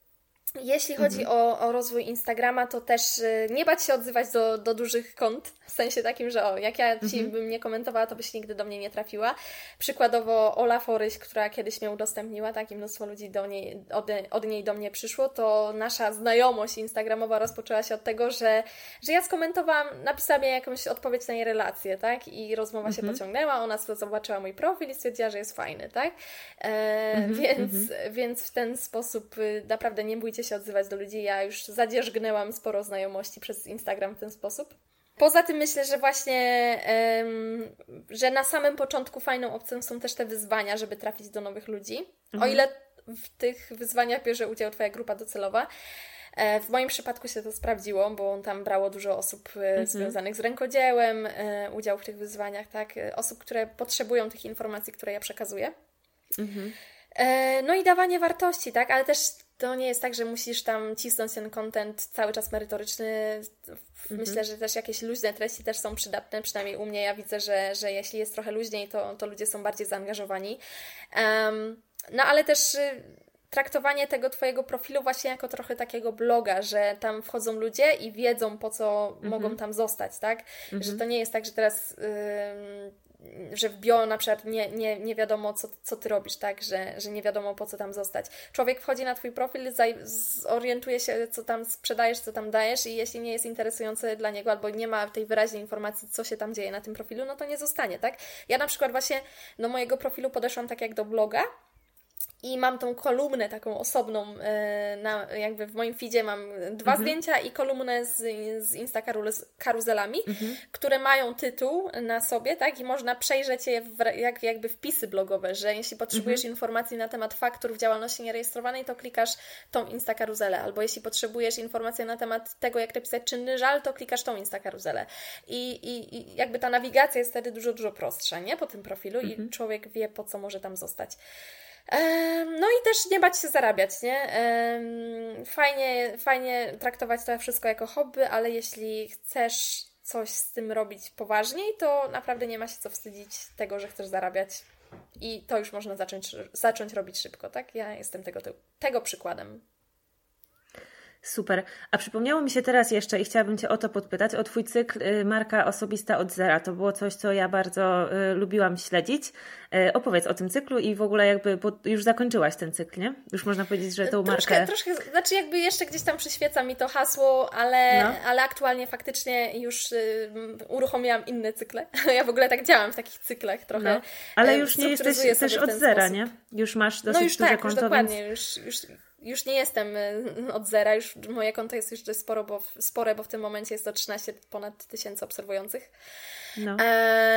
Jeśli chodzi mhm. o, o rozwój Instagrama, to też nie bać się odzywać do, do dużych kont, w sensie takim, że o, jak ja Ci mhm. bym nie komentowała, to byś nigdy do mnie nie trafiła. Przykładowo Ola Foryś, która kiedyś mnie udostępniła, tak, i mnóstwo ludzi do niej, od, od niej do mnie przyszło, to nasza znajomość instagramowa rozpoczęła się od tego, że, że ja skomentowałam, napisałam jej jakąś odpowiedź na jej relację, tak, i rozmowa mhm. się pociągnęła, ona zobaczyła mój profil i stwierdziła, że jest fajny, tak, e, mhm. więc, mhm. więc w ten sposób naprawdę nie bójcie się odzywać do ludzi. Ja już zadzierzgnęłam sporo znajomości przez Instagram w ten sposób. Poza tym myślę, że właśnie, um, że na samym początku fajną opcją są też te wyzwania, żeby trafić do nowych ludzi. Mhm. O ile w tych wyzwaniach bierze udział Twoja grupa docelowa. W moim przypadku się to sprawdziło, bo tam brało dużo osób mhm. związanych z rękodziełem, udział w tych wyzwaniach, tak? Osób, które potrzebują tych informacji, które ja przekazuję. Mhm. No i dawanie wartości, tak? Ale też to nie jest tak, że musisz tam cisnąć ten content cały czas merytoryczny. Mhm. Myślę, że też jakieś luźne treści też są przydatne, przynajmniej u mnie. Ja widzę, że, że jeśli jest trochę luźniej, to, to ludzie są bardziej zaangażowani. Um, no ale też traktowanie tego Twojego profilu właśnie jako trochę takiego bloga, że tam wchodzą ludzie i wiedzą, po co mhm. mogą tam zostać, tak? Mhm. Że to nie jest tak, że teraz... Yy, że w bio na przykład nie, nie, nie wiadomo, co, co Ty robisz, tak? Że, że nie wiadomo, po co tam zostać. Człowiek wchodzi na Twój profil, zorientuje się, co tam sprzedajesz, co tam dajesz i jeśli nie jest interesujące dla niego albo nie ma tej wyraźnej informacji, co się tam dzieje na tym profilu, no to nie zostanie, tak? Ja na przykład właśnie do mojego profilu podeszłam tak jak do bloga, i mam tą kolumnę taką osobną, na, jakby w moim feedzie mam dwa mhm. zdjęcia i kolumnę z, z Insta karuzelami, mhm. które mają tytuł na sobie, tak? I można przejrzeć je w, jak, jakby wpisy blogowe, że jeśli potrzebujesz mhm. informacji na temat faktur w działalności nierejestrowanej, to klikasz tą Insta karuzelę, albo jeśli potrzebujesz informacji na temat tego, jak napisać czynny żal, to klikasz tą Insta karuzelę. I, i, i jakby ta nawigacja jest wtedy dużo, dużo prostsza, nie? Po tym profilu mhm. i człowiek wie, po co może tam zostać. No i też nie bać się zarabiać, nie? Fajnie, fajnie traktować to wszystko jako hobby, ale jeśli chcesz coś z tym robić poważniej, to naprawdę nie ma się co wstydzić tego, że chcesz zarabiać i to już można zacząć, zacząć robić szybko, tak? Ja jestem tego, tego przykładem. Super. A przypomniało mi się teraz jeszcze i chciałabym Cię o to podpytać, o Twój cykl Marka Osobista od zera. To było coś, co ja bardzo y, lubiłam śledzić. Y, opowiedz o tym cyklu i w ogóle jakby bo już zakończyłaś ten cykl, nie? Już można powiedzieć, że tą troszkę, markę... Troszkę, znaczy jakby jeszcze gdzieś tam przyświeca mi to hasło, ale, no. ale aktualnie faktycznie już y, uruchomiłam inne cykle. Ja w ogóle tak działam w takich cyklach trochę. No. Ale już nie jesteś też od zera, sposób. Nie? Już masz dosyć no już duże tak, konto, już dokładnie, więc... już, już Już nie jestem od zera, już moje konto jest już dość sporo, bo, spore, bo w tym momencie jest to trzynaście ponad tysięcy obserwujących. No. Um,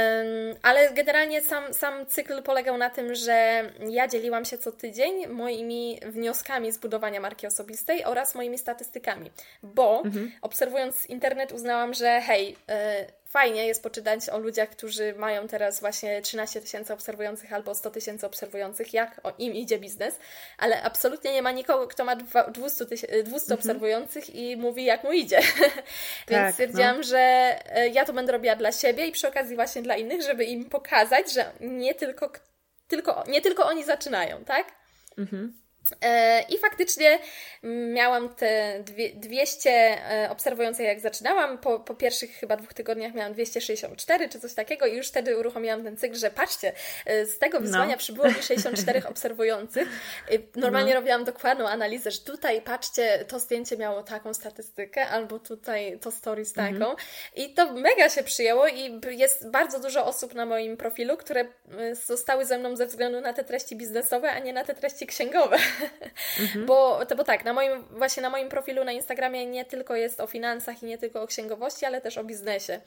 ale generalnie sam, sam cykl polegał na tym, że ja dzieliłam się co tydzień moimi wnioskami z budowania marki osobistej oraz moimi statystykami, bo mhm. obserwując internet uznałam, że hej, y, fajnie jest poczytać o ludziach, którzy mają teraz właśnie trzynaście tysięcy obserwujących albo sto tysięcy obserwujących, jak o im idzie biznes, ale absolutnie nie ma nikogo, kto ma dwieście, dwieście mhm. obserwujących i mówi, jak mu idzie. Więc tak, stwierdziłam, no. że ja to będę robiła dla siebie i przy okazji właśnie dla innych, żeby im pokazać, że nie tylko, tylko, nie tylko oni zaczynają, tak? Mhm. I faktycznie miałam te dwieście obserwujących jak zaczynałam, po, po pierwszych chyba dwóch tygodniach miałam dwieście sześćdziesiąt cztery czy coś takiego i już wtedy uruchomiłam ten cykl, że patrzcie, z tego wyzwania no. przybyło mi sześćdziesiąt cztery obserwujących. Normalnie no. robiłam dokładną analizę, że tutaj patrzcie, to zdjęcie miało taką statystykę, albo tutaj to stories taką mhm. i to mega się przyjęło i jest bardzo dużo osób na moim profilu, które zostały ze mną ze względu na te treści biznesowe, a nie na te treści księgowe. Mhm. Bo, to, bo tak, na moim, właśnie na moim profilu na Instagramie nie tylko jest o finansach i nie tylko o księgowości, ale też o biznesie.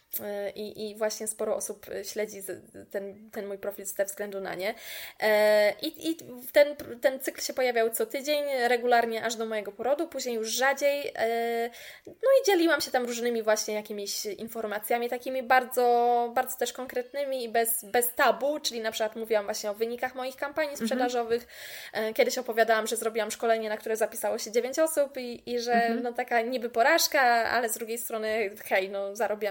I, i właśnie sporo osób śledzi ten, ten mój profil ze względu na nie. I, i ten, ten cykl się pojawiał co tydzień, regularnie aż do mojego porodu, później już rzadziej. No i dzieliłam się tam różnymi właśnie jakimiś informacjami, takimi bardzo, bardzo też konkretnymi i bez, bez tabu, czyli na przykład mówiłam właśnie o wynikach moich kampanii sprzedażowych. Mhm. Kiedyś opowiadałam, że zrobiłam szkolenie, na które zapisało się dziewięć osób i, i że mhm. no taka niby porażka, ale z drugiej strony hej, no zarobiłam sobie na tym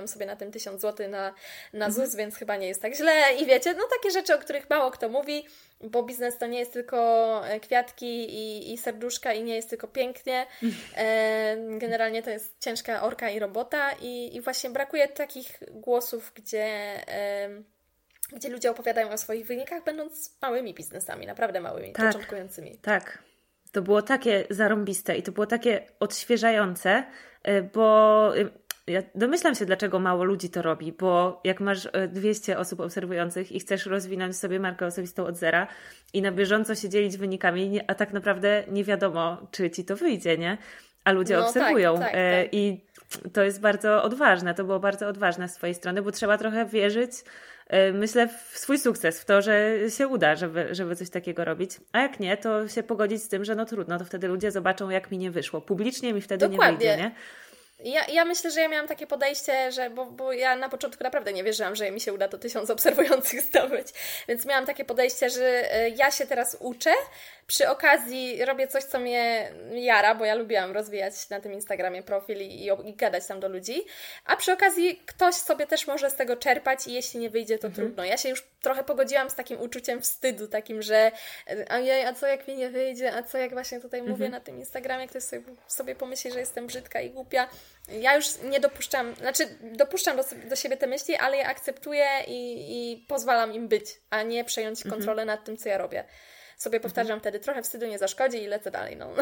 ten tysiąc złotych na, na ZUS, więc chyba nie jest tak źle. I wiecie, no takie rzeczy, o których mało kto mówi, bo biznes to nie jest tylko kwiatki i, i serduszka i nie jest tylko pięknie. E, generalnie to jest ciężka orka i robota i, i właśnie brakuje takich głosów, gdzie, e, gdzie ludzie opowiadają o swoich wynikach, będąc małymi biznesami, naprawdę małymi, tak, początkującymi. Tak, to było takie zarąbiste i to było takie odświeżające, bo ja domyślam się, dlaczego mało ludzi to robi, bo jak masz dwieście osób obserwujących i chcesz rozwinąć sobie markę osobistą od zera i na bieżąco się dzielić wynikami, a tak naprawdę nie wiadomo, czy ci to wyjdzie, nie? A ludzie no, obserwują tak, tak, tak. I to jest bardzo odważne, to było bardzo odważne z twojej strony, bo trzeba trochę wierzyć, myślę, w swój sukces, w to, że się uda, żeby, żeby coś takiego robić. A jak nie, to się pogodzić z tym, że no trudno, to wtedy ludzie zobaczą, jak mi nie wyszło. Publicznie mi wtedy Dokładnie. nie wyjdzie, nie? Ja, ja myślę, że ja miałam takie podejście, że bo, bo ja na początku naprawdę nie wierzyłam, że mi się uda to tysiąc obserwujących zdobyć, więc miałam takie podejście, że ja się teraz uczę, przy okazji robię coś, co mnie jara, bo ja lubiłam rozwijać na tym Instagramie profil i, i, i gadać tam do ludzi, a przy okazji ktoś sobie też może z tego czerpać i jeśli nie wyjdzie, to mhm. trudno. Ja się już trochę pogodziłam z takim uczuciem wstydu, takim, że ojej, a co jak mi nie wyjdzie, a co jak właśnie tutaj mhm. mówię na tym Instagramie, ktoś sobie, sobie pomyśli, że jestem brzydka i głupia. Ja już nie dopuszczam, znaczy dopuszczam do, do siebie te myśli, ale je akceptuję i, i pozwalam im być, a nie przejąć mhm. kontrolę nad tym, co ja robię. Sobie powtarzam mhm. wtedy, trochę wstydu nie zaszkodzi i lecę dalej. No.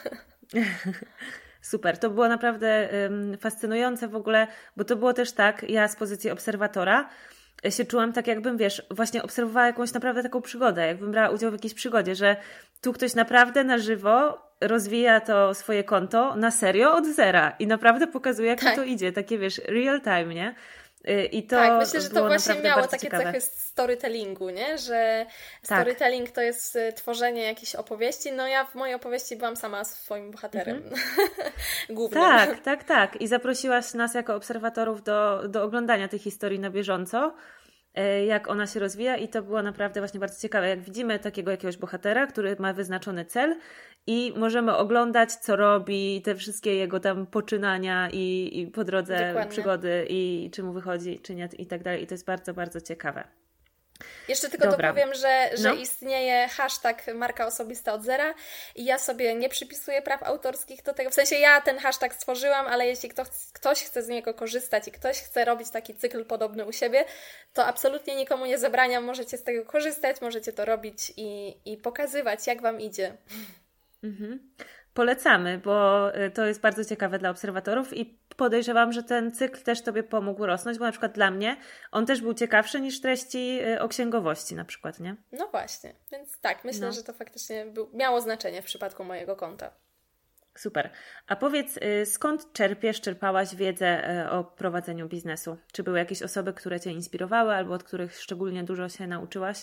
Super, to było naprawdę um, fascynujące w ogóle, bo to było też tak, ja z pozycji obserwatora się czułam tak, jakbym, wiesz, właśnie obserwowała jakąś naprawdę taką przygodę, jakbym brała udział w jakiejś przygodzie, że tu ktoś naprawdę na żywo rozwija to swoje konto na serio od zera i naprawdę pokazuje, jak tak. to idzie, takie, wiesz, real time, nie? I to tak, myślę, że to właśnie miało takie ciekawe. cechy storytellingu, nie? Że storytelling tak. to jest tworzenie jakiejś opowieści. No ja w mojej opowieści byłam sama swoim bohaterem mhm. głównym. Tak, tak, tak. I zaprosiłaś nas jako obserwatorów do, do oglądania tej historii na bieżąco, jak ona się rozwija i to było naprawdę właśnie bardzo ciekawe. Jak widzimy takiego jakiegoś bohatera, który ma wyznaczony cel i możemy oglądać, co robi, te wszystkie jego tam poczynania i, i po drodze Dokładnie. przygody i czy mu wychodzi, czy nie i tak dalej. I to jest bardzo, bardzo ciekawe. Jeszcze tylko Dobra. dopowiem, że, że no. istnieje hashtag marka osobista od zera i ja sobie nie przypisuję praw autorskich do tego. W sensie ja ten hashtag stworzyłam, ale jeśli ktoś, ktoś chce z niego korzystać i ktoś chce robić taki cykl podobny u siebie, to absolutnie nikomu nie zabraniam. Możecie z tego korzystać, możecie to robić i, i pokazywać, jak Wam idzie. Mhm. Polecamy, bo to jest bardzo ciekawe dla obserwatorów i podejrzewam, że ten cykl też Tobie pomógł rosnąć, bo na przykład dla mnie on też był ciekawszy niż treści o księgowości na przykład, nie? No właśnie, więc tak, myślę, no. że to faktycznie był, miało znaczenie w przypadku mojego konta. Super. A powiedz, skąd czerpiesz, czerpałaś wiedzę o prowadzeniu biznesu? Czy były jakieś osoby, które Cię inspirowały albo od których szczególnie dużo się nauczyłaś?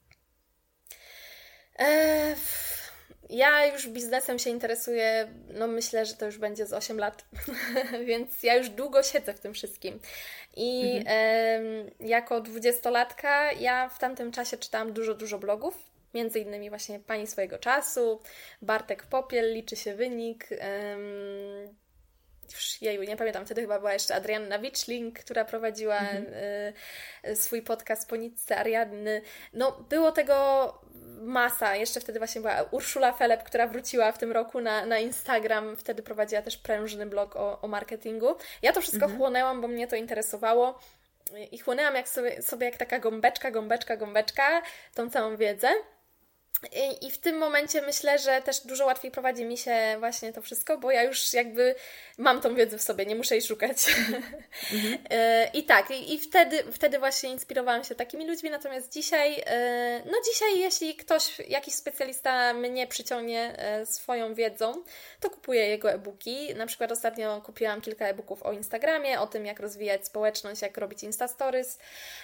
Eee... Ja już biznesem się interesuję, no myślę, że to już będzie z osiem lat, więc ja już długo siedzę w tym wszystkim. I mhm. e, jako dwudziestolatka ja w tamtym czasie czytałam dużo, dużo blogów, między innymi właśnie Pani swojego czasu, Bartek Popiel, Liczy się wynik, e, już jeju, nie pamiętam, wtedy chyba była jeszcze Adrianna Wiczling, która prowadziła mhm. y, swój podcast po nitce Ariadny. No, było tego masa. Jeszcze wtedy właśnie była Urszula Felep, która wróciła w tym roku na, na Instagram. Wtedy prowadziła też prężny blog o, o marketingu. Ja to wszystko mhm. chłonęłam, bo mnie to interesowało. I chłonęłam jak sobie, sobie jak taka gąbeczka, gąbeczka, gąbeczka, tą całą wiedzę. I, I w tym momencie myślę, że też dużo łatwiej prowadzi mi się właśnie to wszystko, bo ja już jakby mam tą wiedzę w sobie, nie muszę jej szukać. Mhm. I tak, i, i wtedy, wtedy właśnie inspirowałam się takimi ludźmi, natomiast dzisiaj, no dzisiaj jeśli ktoś, jakiś specjalista mnie przyciągnie swoją wiedzą, to kupuję jego e-booki. Na przykład ostatnio kupiłam kilka e-booków o Instagramie, o tym jak rozwijać społeczność, jak robić Insta Stories.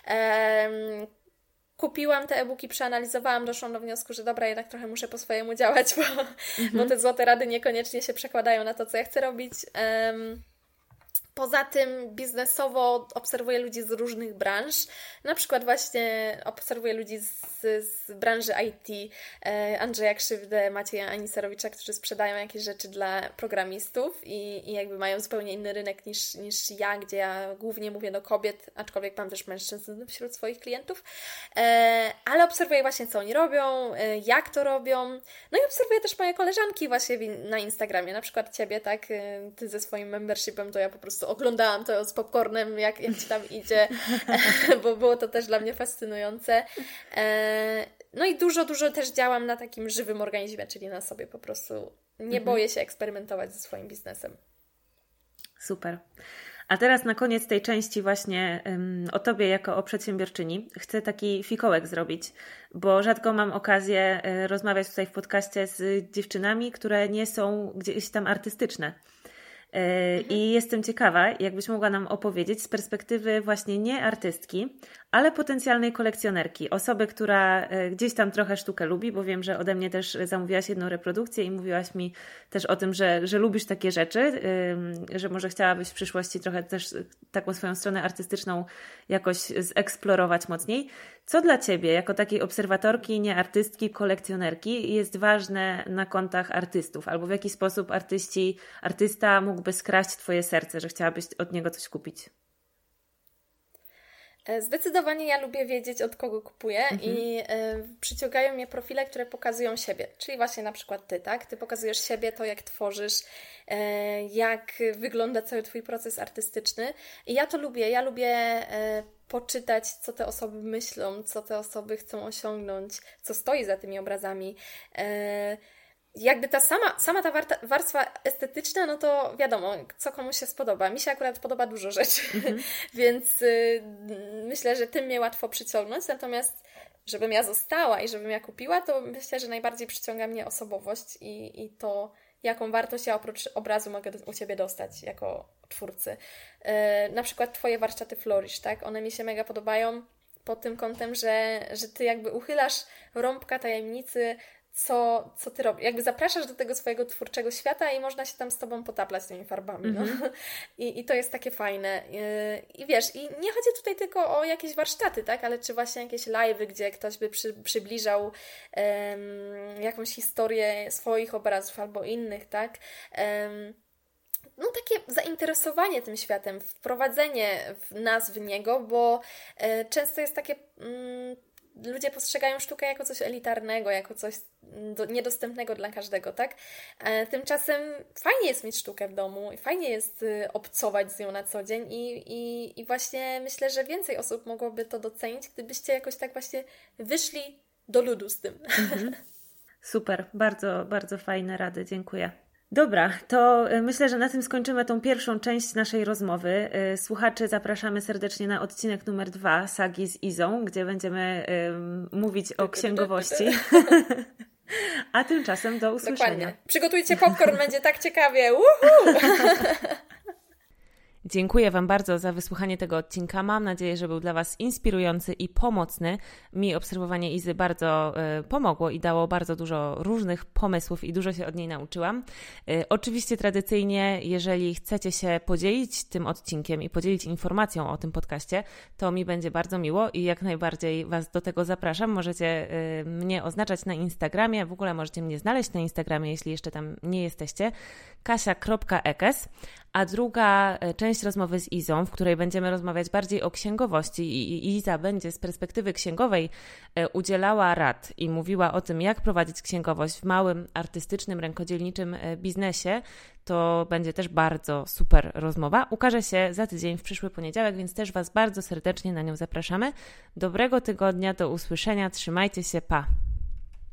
Kupiłam te e-booki, przeanalizowałam, doszłam do wniosku, że dobra, jednak trochę muszę po swojemu działać, bo, mhm. bo te złote rady niekoniecznie się przekładają na to, co ja chcę robić. Um, Poza tym biznesowo obserwuję ludzi z różnych branż. Na przykład właśnie obserwuję ludzi z, z branży I T, Andrzeja Krzywdę, Macieja Aniserowicza, którzy sprzedają jakieś rzeczy dla programistów i, i jakby mają zupełnie inny rynek niż, niż ja, gdzie ja głównie mówię do kobiet, aczkolwiek mam też mężczyzn wśród swoich klientów. Ale obserwuję właśnie, co oni robią, jak to robią. No i obserwuję też moje koleżanki właśnie na Instagramie, na przykład Ciebie, tak? Ty ze swoim membershipem, to ja po prostu oglądałam to z popcornem, jak, jak Ci tam idzie, bo było to też dla mnie fascynujące. No i dużo, dużo też działam na takim żywym organizmie, czyli na sobie po prostu nie mhm. boję się eksperymentować ze swoim biznesem. Super. A teraz na koniec tej części właśnie um, o Tobie jako o przedsiębiorczyni chcę taki fikołek zrobić, bo rzadko mam okazję y, rozmawiać tutaj w podcaście z dziewczynami, które nie są gdzieś tam artystyczne. Mhm. I jestem ciekawa, jakbyś mogła nam opowiedzieć z perspektywy właśnie nie artystki, ale potencjalnej kolekcjonerki, osoby, która gdzieś tam trochę sztukę lubi, bo wiem, że ode mnie też zamówiłaś jedną reprodukcję i mówiłaś mi też o tym, że, że lubisz takie rzeczy, że może chciałabyś w przyszłości trochę też taką swoją stronę artystyczną jakoś zeksplorować mocniej. Co dla Ciebie, jako takiej obserwatorki, nie artystki, kolekcjonerki, jest ważne na kontach artystów? Albo w jaki sposób artyści, artysta mógłby skraść Twoje serce, że chciałabyś od niego coś kupić? Zdecydowanie ja lubię wiedzieć, od kogo kupuję mhm. i y, przyciągają mnie profile, które pokazują siebie. Czyli właśnie na przykład Ty, tak? Ty pokazujesz siebie, to jak tworzysz, y, jak wygląda cały Twój proces artystyczny. I ja to lubię. Ja lubię y, poczytać, co te osoby myślą, co te osoby chcą osiągnąć, co stoi za tymi obrazami. Y, Jakby ta sama, sama ta warta, warstwa estetyczna, no to wiadomo, co komuś się spodoba. Mi się akurat podoba dużo rzeczy, mm-hmm. więc y, myślę, że tym mnie łatwo przyciągnąć. Natomiast żebym ja została i żebym ja kupiła, to myślę, że najbardziej przyciąga mnie osobowość i, i to, jaką wartość ja oprócz obrazu mogę do, u Ciebie dostać jako twórcy. Y, na przykład Twoje warsztaty Flourish, tak? One mi się mega podobają pod tym kątem, że, że Ty jakby uchylasz rąbka tajemnicy, co, co Ty robisz. Jakby zapraszasz do tego swojego twórczego świata i można się tam z Tobą potaplać tymi farbami. Mm-hmm. No. I, I to jest takie fajne. I, I wiesz, i nie chodzi tutaj tylko o jakieś warsztaty, tak? Ale czy właśnie jakieś live'y, gdzie ktoś by przy, przybliżał um, jakąś historię swoich obrazów albo innych, tak? Um, no takie zainteresowanie tym światem, wprowadzenie w nas w niego, bo e, często jest takie... Mm, ludzie postrzegają sztukę jako coś elitarnego, jako coś do, niedostępnego dla każdego, tak? E, tymczasem fajnie jest mieć sztukę w domu i fajnie jest y, obcować z nią na co dzień i, i, i właśnie myślę, że więcej osób mogłoby to docenić, gdybyście jakoś tak właśnie wyszli do ludu z tym. Mhm. Super, bardzo, bardzo fajne rady, dziękuję. Dobra, to myślę, że na tym skończymy tą pierwszą część naszej rozmowy. Słuchaczy zapraszamy serdecznie na odcinek numer dwa Sagi z Izą, gdzie będziemy um, mówić o księgowości. A tymczasem do usłyszenia. Dokładnie. Przygotujcie popcorn, będzie tak ciekawie. Uhu! Dziękuję Wam bardzo za wysłuchanie tego odcinka. Mam nadzieję, że był dla Was inspirujący i pomocny. Mi obserwowanie Izy bardzo y, pomogło i dało bardzo dużo różnych pomysłów i dużo się od niej nauczyłam. Y, oczywiście tradycyjnie, jeżeli chcecie się podzielić tym odcinkiem i podzielić informacją o tym podcaście, to mi będzie bardzo miło i jak najbardziej Was do tego zapraszam. Możecie y, mnie oznaczać na Instagramie, w ogóle możecie mnie znaleźć na Instagramie, jeśli jeszcze tam nie jesteście, kasia kropka ekes. A druga część rozmowy z Izą, w której będziemy rozmawiać bardziej o księgowości i Iza będzie z perspektywy księgowej udzielała rad i mówiła o tym, jak prowadzić księgowość w małym, artystycznym, rękodzielniczym biznesie, to będzie też bardzo super rozmowa. Ukaże się za tydzień w przyszły poniedziałek, więc też Was bardzo serdecznie na nią zapraszamy. Dobrego tygodnia, do usłyszenia, trzymajcie się, pa!